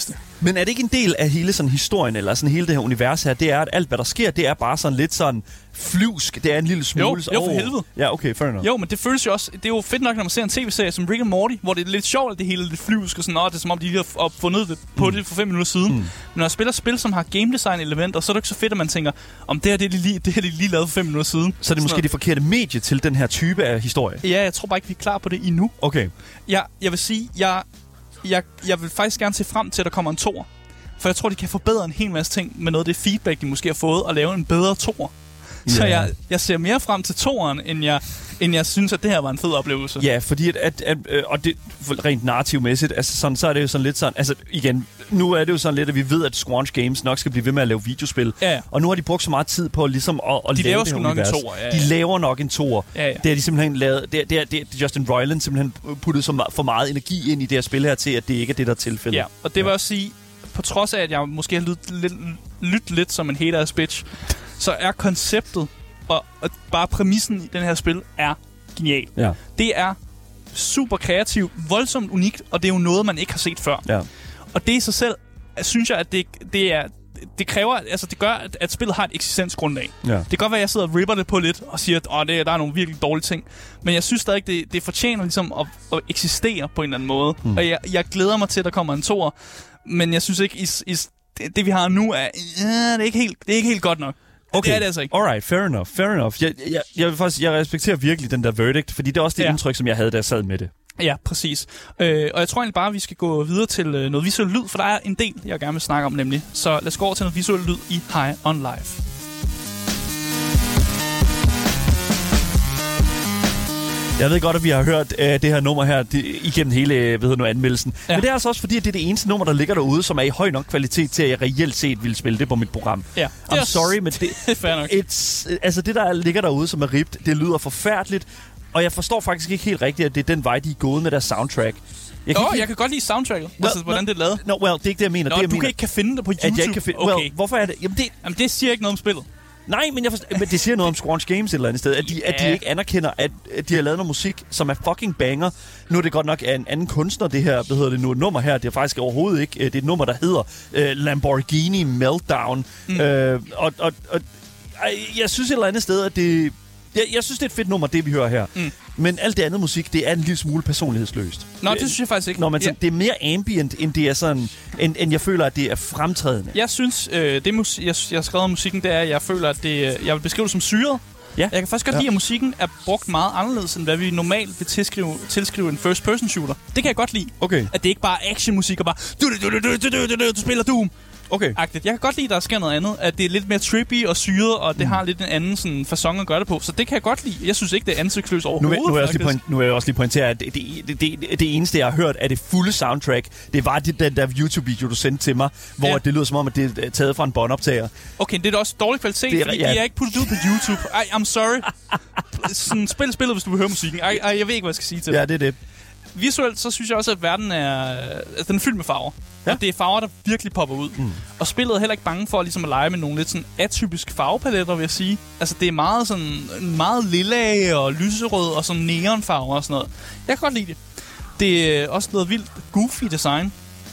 Men er det ikke en del af hele sådan historien, eller sådan hele det her univers her, det er, at alt, hvad der sker, det er bare sådan lidt sådan flyvsk. Det er en lille smule... Jo, for helvede. Ja, okay, fair enough. Jo, men det føles jo også... Det er jo fedt nok, når man ser en tv-serie som Rick and Morty, hvor det er lidt sjovt, at det hele er lidt flyvsk, og sådan, det er som om, de lige har opfundet det på det for 5 minutter siden. Men når jeg spiller spil, som har game design-elementer, så er det ikke så fedt, at man tænker, om det her, det er lige lavet for 5 minutter siden. Så er det måske det forkerte medie til den her type af historie? Ja, jeg tror bare ikke, vi er klar på det endnu. Okay. Jeg vil sige, jeg vil faktisk gerne se frem til, at der kommer en 2'er. For jeg tror, de kan forbedre en hel masse ting med noget af det feedback, de måske har fået, og lave en bedre 2'er. Så jeg ser mere frem til 2'eren, end jeg synes, at det her var en fed oplevelse. Ja, fordi og det rent narrativmæssigt, altså sådan, så er det jo sådan lidt sådan, altså igen, nu er det jo sådan lidt, at vi ved, at Squanch Games nok skal blive ved med at lave videospil. Ja. Og nu har de brugt så meget tid på ligesom at de lave det her univers. De laver nok en 2'er. De laver nok en 2'er. Ja. Det har de simpelthen lavet, det er Justin Roiland simpelthen puttet for meget energi ind i det her spil her til, at det ikke er det, der er tilfældet. Ja, og det vil også sige, på trods af, at jeg måske har lyttet lidt som en hater bitch, så er konceptet og bare præmissen i den her spil er genial. Ja. Det er super kreativt, voldsomt unikt, og det er jo noget, man ikke har set før. Ja. Og det i sig selv, synes jeg, at det kræver, altså det gør, at spillet har et eksistensgrundlag. Ja. Det kan godt være, at jeg sidder og ripper det på lidt og siger, at der er nogle virkelig dårlige ting. Men jeg synes stadig, det fortjener ligesom at eksistere på en eller anden måde. Og jeg glæder mig til, at der kommer en 2'er. Men jeg synes ikke, det vi har nu, det er ikke helt godt nok. Okay. Det er det altså ikke. Alright, fair enough. Jeg respekterer virkelig den der verdict, fordi det er også det indtryk, som jeg havde, da jeg sad med det. Ja, præcis. Og jeg tror egentlig bare, at vi skal gå videre til noget visuel lyd, for der er en del, jeg gerne vil snakke om nemlig. Så lad os gå over til noget visuel lyd i High on Life. Jeg ved godt, at vi har hørt det her nummer her igennem hele anmeldelsen. Ja. Men det er altså også fordi, at det er det eneste nummer, der ligger derude, som er i høj nok kvalitet til, at jeg reelt set ville spille det på mit program. Ja. I'm sorry, men det er fair nok. Altså det, der ligger derude, som er ripped, det lyder forfærdeligt. Og jeg forstår faktisk ikke helt rigtigt, at det er den vej, de er gået med deres soundtrack. Jeg kan godt lide soundtracket, hvordan det er lavet. Det er ikke det, jeg mener. Du kan finde det på YouTube. At jeg ikke kan finde. Okay. Well, hvorfor er det? Jamen, det siger ikke noget om spillet. Nej, men men det siger noget om Squanch Games et eller andet sted, at de ikke anerkender, at de har lavet noget musik, som er fucking banger. Nu er det godt nok af en anden kunstner, det her, et nummer her. Det er faktisk overhovedet ikke. Det er et nummer, der hedder Lamborghini Meltdown. Jeg synes et eller andet sted, at det... Jeg synes, det er et fedt nummer, det vi hører her. Men alt det andet musik, det er en lille smule personlighedsløst. Nå, det synes jeg faktisk ikke. Det er mere ambient, end det er sådan, end jeg føler, at det er fremtrædende. Jeg synes, jeg har skrevet om musikken, det er, at jeg føler, at jeg vil beskrive det som syret. Ja. Jeg kan faktisk godt lide, at musikken er brugt meget anderledes, end hvad vi normalt vil tilskrive en first-person shooter. Det kan jeg godt lide. Okay. At det ikke bare er actionmusik og bare du spiller Doom. Okay. Jeg kan godt lide, at der sker noget andet. At det er lidt mere trippy og syret, og det har lidt en anden sådan facon at gøre det på. Så det kan jeg godt lide. Jeg synes ikke, det er ansigtsløst overhovedet. Nu vil jeg også lige pointere, at det eneste, jeg har hørt af det fulde soundtrack, det var den der YouTube-video, du sendte til mig, hvor det lyder som om, at det er taget fra en båndoptager. Okay, det er da også dårlig kvalitet, fordi det er ikke puttet ud på YouTube. I'm sorry. Sådan, spillet, hvis du vil høre musikken. Jeg ved ikke, hvad jeg skal sige til det. Ja, det er det. Visuelt, så synes jeg også, at verden er fyldt med farver. Ja. Det er farver, der virkelig popper ud. Og spillet er heller ikke bange for ligesom at lege med nogle lidt sådan atypiske farvepaletter, vil jeg sige. Altså, det er meget lilla og lyserød og sådan neonfarver og sådan noget. Jeg kan godt lide det. Det er også noget vildt goofy design.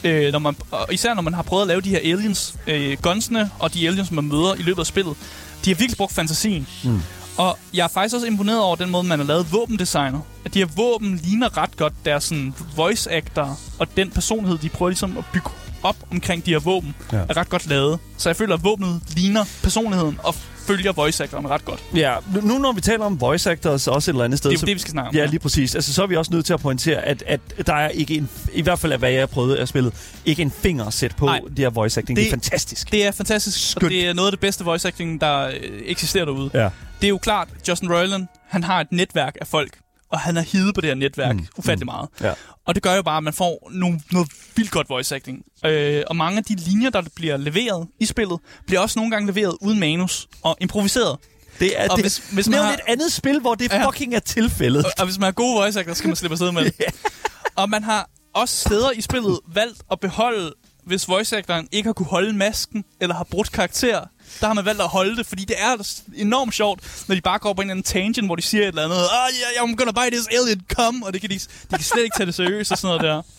Især når man har prøvet at lave de her aliens, gunsene og de aliens, man møder i løbet af spillet. De har virkelig brugt fantasien. Og jeg er faktisk også imponeret over den måde, man har lavet våbendesignet. At de her våben ligner ret godt deres sådan voice actor og den personlighed, de prøver ligesom at bygge op omkring de her våben, er ret godt lavet. Så jeg føler, at våbnet ligner personligheden og følger voice actoren ret godt. Ja, nu når vi taler om voice actors også et eller andet sted... Det er det, vi skal snakke om. Ja, lige præcis. Altså, så er vi også nødt til at pointere, at der er ikke i hvert fald af hvad jeg har prøvet at spille, ikke en finger at sætte på det her voice acting. Det er fantastisk. Det er fantastisk, skønt. Og det er noget af det bedste voice acting, der eksisterer derude. Ja. Det er jo klart, Justin Roiland, han har et netværk af folk, og han har hidet på det her netværk ufattelig meget. Ja. Og det gør jo bare, at man får noget vildt godt voice acting. Og mange af de linjer, der bliver leveret i spillet, bliver også nogle gange leveret uden manus og improviseret. Det er hvis man har et andet spil, hvor det fucking er tilfældet. Og hvis man har gode voice actors, skal man slippe afsted med det. Og man har også steder i spillet valgt at beholde, hvis voice actoren ikke har kunne holde masken, eller har brudt karakter, der har man valgt at holde det, fordi det er enormt sjovt, når de bare går på en eller anden tangent, hvor de siger et eller andet, I'm gonna buy this alien, come, og det kan de kan slet ikke tage det seriøst og sådan noget der.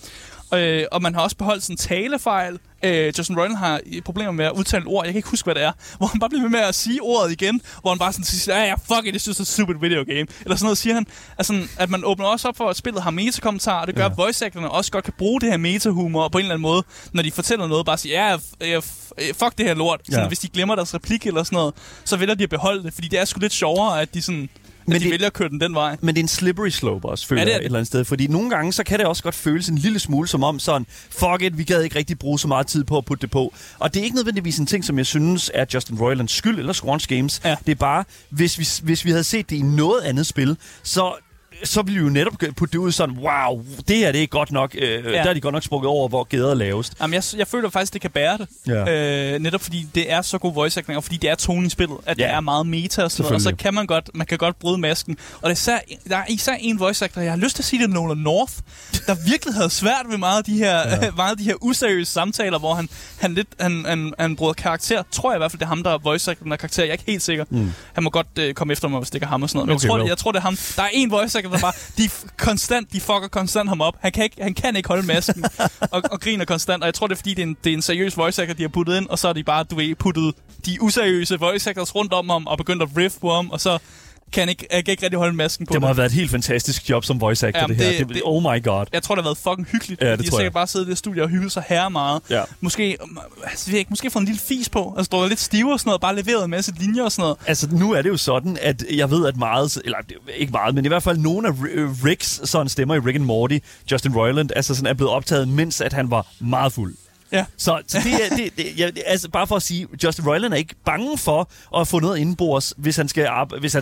Og man har også beholdt sådan talefejl. Justin Roiland har problemer med at udtale et ord. Jeg kan ikke huske, hvad det er. Hvor han bare bliver ved med at sige ordet igen. Hvor han bare sådan siger, ja, fuck it, it's just a stupid video game. Eller sådan noget, siger han. Altså, at man åbner også op for, at spillet har metakommentarer. Og det gør, at voice-actorerne også godt kan bruge det her metahumor på en eller anden måde. Når de fortæller noget, bare siger, ja, fuck det her lort. Sådan, hvis de glemmer deres replik eller sådan noget, så vælger de at beholde det. Fordi det er sgu lidt sjovere, at de sådan... Men de vælger at køre den vej. Men det er en slippery slope også, føler jeg et eller andet sted. Fordi nogle gange, så kan det også godt føles en lille smule som om sådan, fuck it, vi gad ikke rigtig bruge så meget tid på at putte det på. Og det er ikke nødvendigvis en ting, som jeg synes er Justin Roilands skyld eller Squanch Games. Ja. Det er bare, hvis vi havde set det i noget andet spil, så ville vi jo netop putte det ud sådan, wow, det her det er godt nok, der er de godt nok sprukket over, hvor gæder er lavest. Jamen, jeg føler faktisk, det kan bære det. Ja. Netop fordi det er så god voice acting, og fordi det er tone i spillet, at det er meget meta og sådan noget, og så kan man kan godt bryde masken. Og der er især en voice actor, jeg har lyst til at sige det, Nolan North, der virkelig havde svært ved meget af de her useriøse samtaler, hvor han bruger karakter. Tror jeg i hvert fald, det er ham, der er voice actor, der er karakter. Jeg er ikke helt sikker. Han må godt komme efter mig, hvis det er ham og sådan noget. Men jeg tror, det er ham. Der er en voice actor, der bare, de fucker konstant ham op. Han kan ikke holde masken og griner konstant. Og jeg tror, det er fordi, det er en seriøs voice actor, de har puttet ind, og så er de bare, puttet de useriøse voice actors rundt om ham og begyndt at riff på ham, og så kan jeg kan ikke rigtig holde masken på det. Det må have været et helt fantastisk job som voice actor, det her. Oh my god. Jeg tror, det har været fucking hyggeligt. Ja, de har sikkert bare siddet i det studie og hygget sig her meget. Ja. Måske fået en lille fis på, altså drukket lidt stive og sådan noget, bare leveret en masse linjer og sådan noget. Altså, nu er det jo sådan, at jeg ved, at meget, eller ikke meget, men i hvert fald nogle af Ricks sådan stemmer i Rick and Morty, Justin Roiland, altså sådan er blevet optaget, mens at han var meget fuld. Ja. Så altså bare for at sige, Justin Roiland er ikke bange for at få noget indenbords, hvis han skal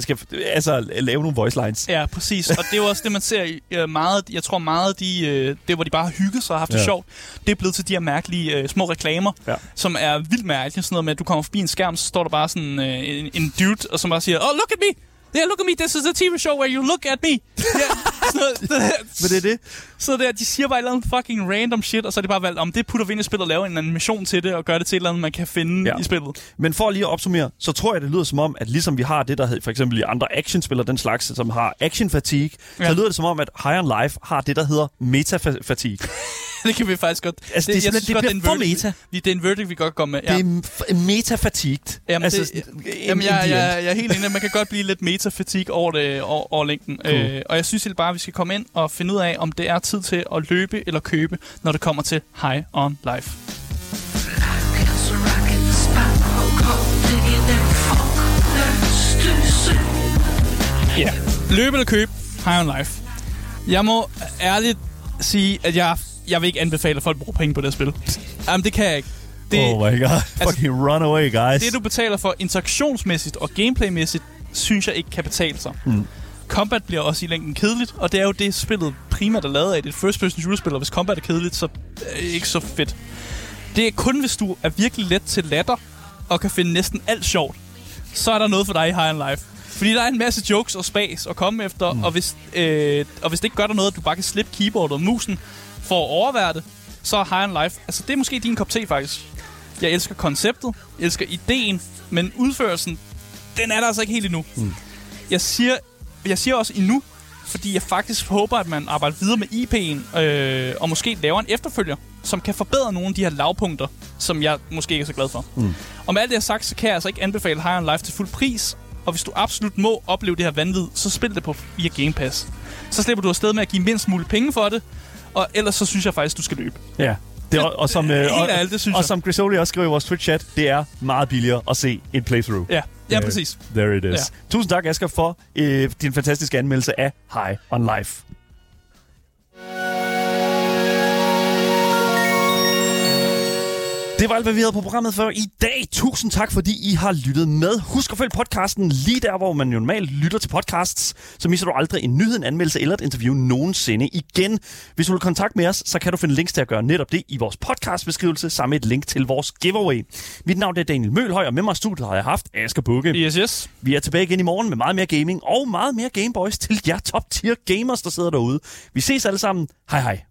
lave nogle voice lines. Ja, præcis. Og det er jo også det, man ser meget. Jeg tror meget, det hvor de bare har hygget sig og haft det sjovt, det er blevet til de her mærkelige små reklamer, som er vildt mærkelige. Sådan noget med, at du kommer forbi en skærm, så står der bare sådan en dude, og som bare siger, oh, look at me! Yeah, look at me, this is a TV show where you look at me. Men det er det. Så der, de siger bare et eller andet fucking random shit, og så er det bare valgt, om det putter vi ind i spillet og laver en animation til det, og gør det til et eller andet, man kan finde i spillet. Men for lige at opsummere, så tror jeg, det lyder som om, at ligesom vi har det, der hedder for eksempel i andre actionspil og den slags, som har action fatigue, så lyder det som om, at High on Life har det, der hedder meta fatigue. Det kan vi faktisk godt. Altså, det bliver for meta. Det er en verdict, vi godt går med. Ja. Det er meta-fatigued. Jamen, jeg er helt enig, at man kan godt blive lidt meta-fatigue over længden. Cool. Og jeg synes helt bare, at vi skal komme ind og finde ud af, om det er tid til at løbe eller købe, når det kommer til High on Life. Ja, løbe eller købe High on Life. Jeg må ærligt sige, at jeg vil ikke anbefale, at folk bruger penge på det spil. Jamen, det kan jeg ikke. Oh my god. Fucking run away, guys. Det, du betaler for interaktionsmæssigt og gameplaymæssigt, synes jeg ikke kan betale sig. Combat bliver også i længden kedeligt, og det er jo det, spillet primært er lavet af. Det er et first-person shooter-spil, og hvis combat er kedeligt, så er det ikke så fedt. Det er kun, hvis du er virkelig let til latter, og kan finde næsten alt sjovt, så er der noget for dig i High on Life. Fordi der er en masse jokes og spas at komme efter, og hvis det ikke gør dig noget, at du bare kan slippe keyboardet og musen for at overvære det, så er High on Life, altså det er måske din kop te faktisk. Jeg elsker konceptet, jeg elsker ideen, men udførelsen, den er der altså ikke helt endnu. Jeg siger også endnu, fordi jeg faktisk håber, at man arbejder videre med IP'en, og måske laver en efterfølger, som kan forbedre nogle af de her lavpunkter, som jeg måske ikke er så glad for. Og med alt det jeg sagt, så kan jeg altså ikke anbefale High on Life til fuld pris, og hvis du absolut må opleve det her vanvid, så spil det via Game Pass. Så slipper du afsted med at give mindst muligt penge for det, og ellers så synes jeg faktisk, du skal løbe. Ja. Som Grisoli også skriver i vores Twitch-chat, det er meget billigere at se en playthrough. Ja, præcis. There it is. Ja. Tusind tak, Asger, for din fantastiske anmeldelse af High on Life. Det var alt, hvad vi havde på programmet for i dag. Tusind tak, fordi I har lyttet med. Husk at følge podcasten lige der, hvor man jo normalt lytter til podcasts. Så misser du aldrig en nyhed, en anmeldelse eller et interview nogensinde igen. Hvis du vil kontakte med os, så kan du finde links til at gøre netop det i vores podcastbeskrivelse, sammen med et link til vores giveaway. Mit navn er Daniel Mølhøj, og med mig i studiet har jeg haft Asger Bukke. Yes. Vi er tilbage igen i morgen med meget mere gaming og meget mere Gameboys til jer top tier gamers, der sidder derude. Vi ses alle sammen. Hej hej.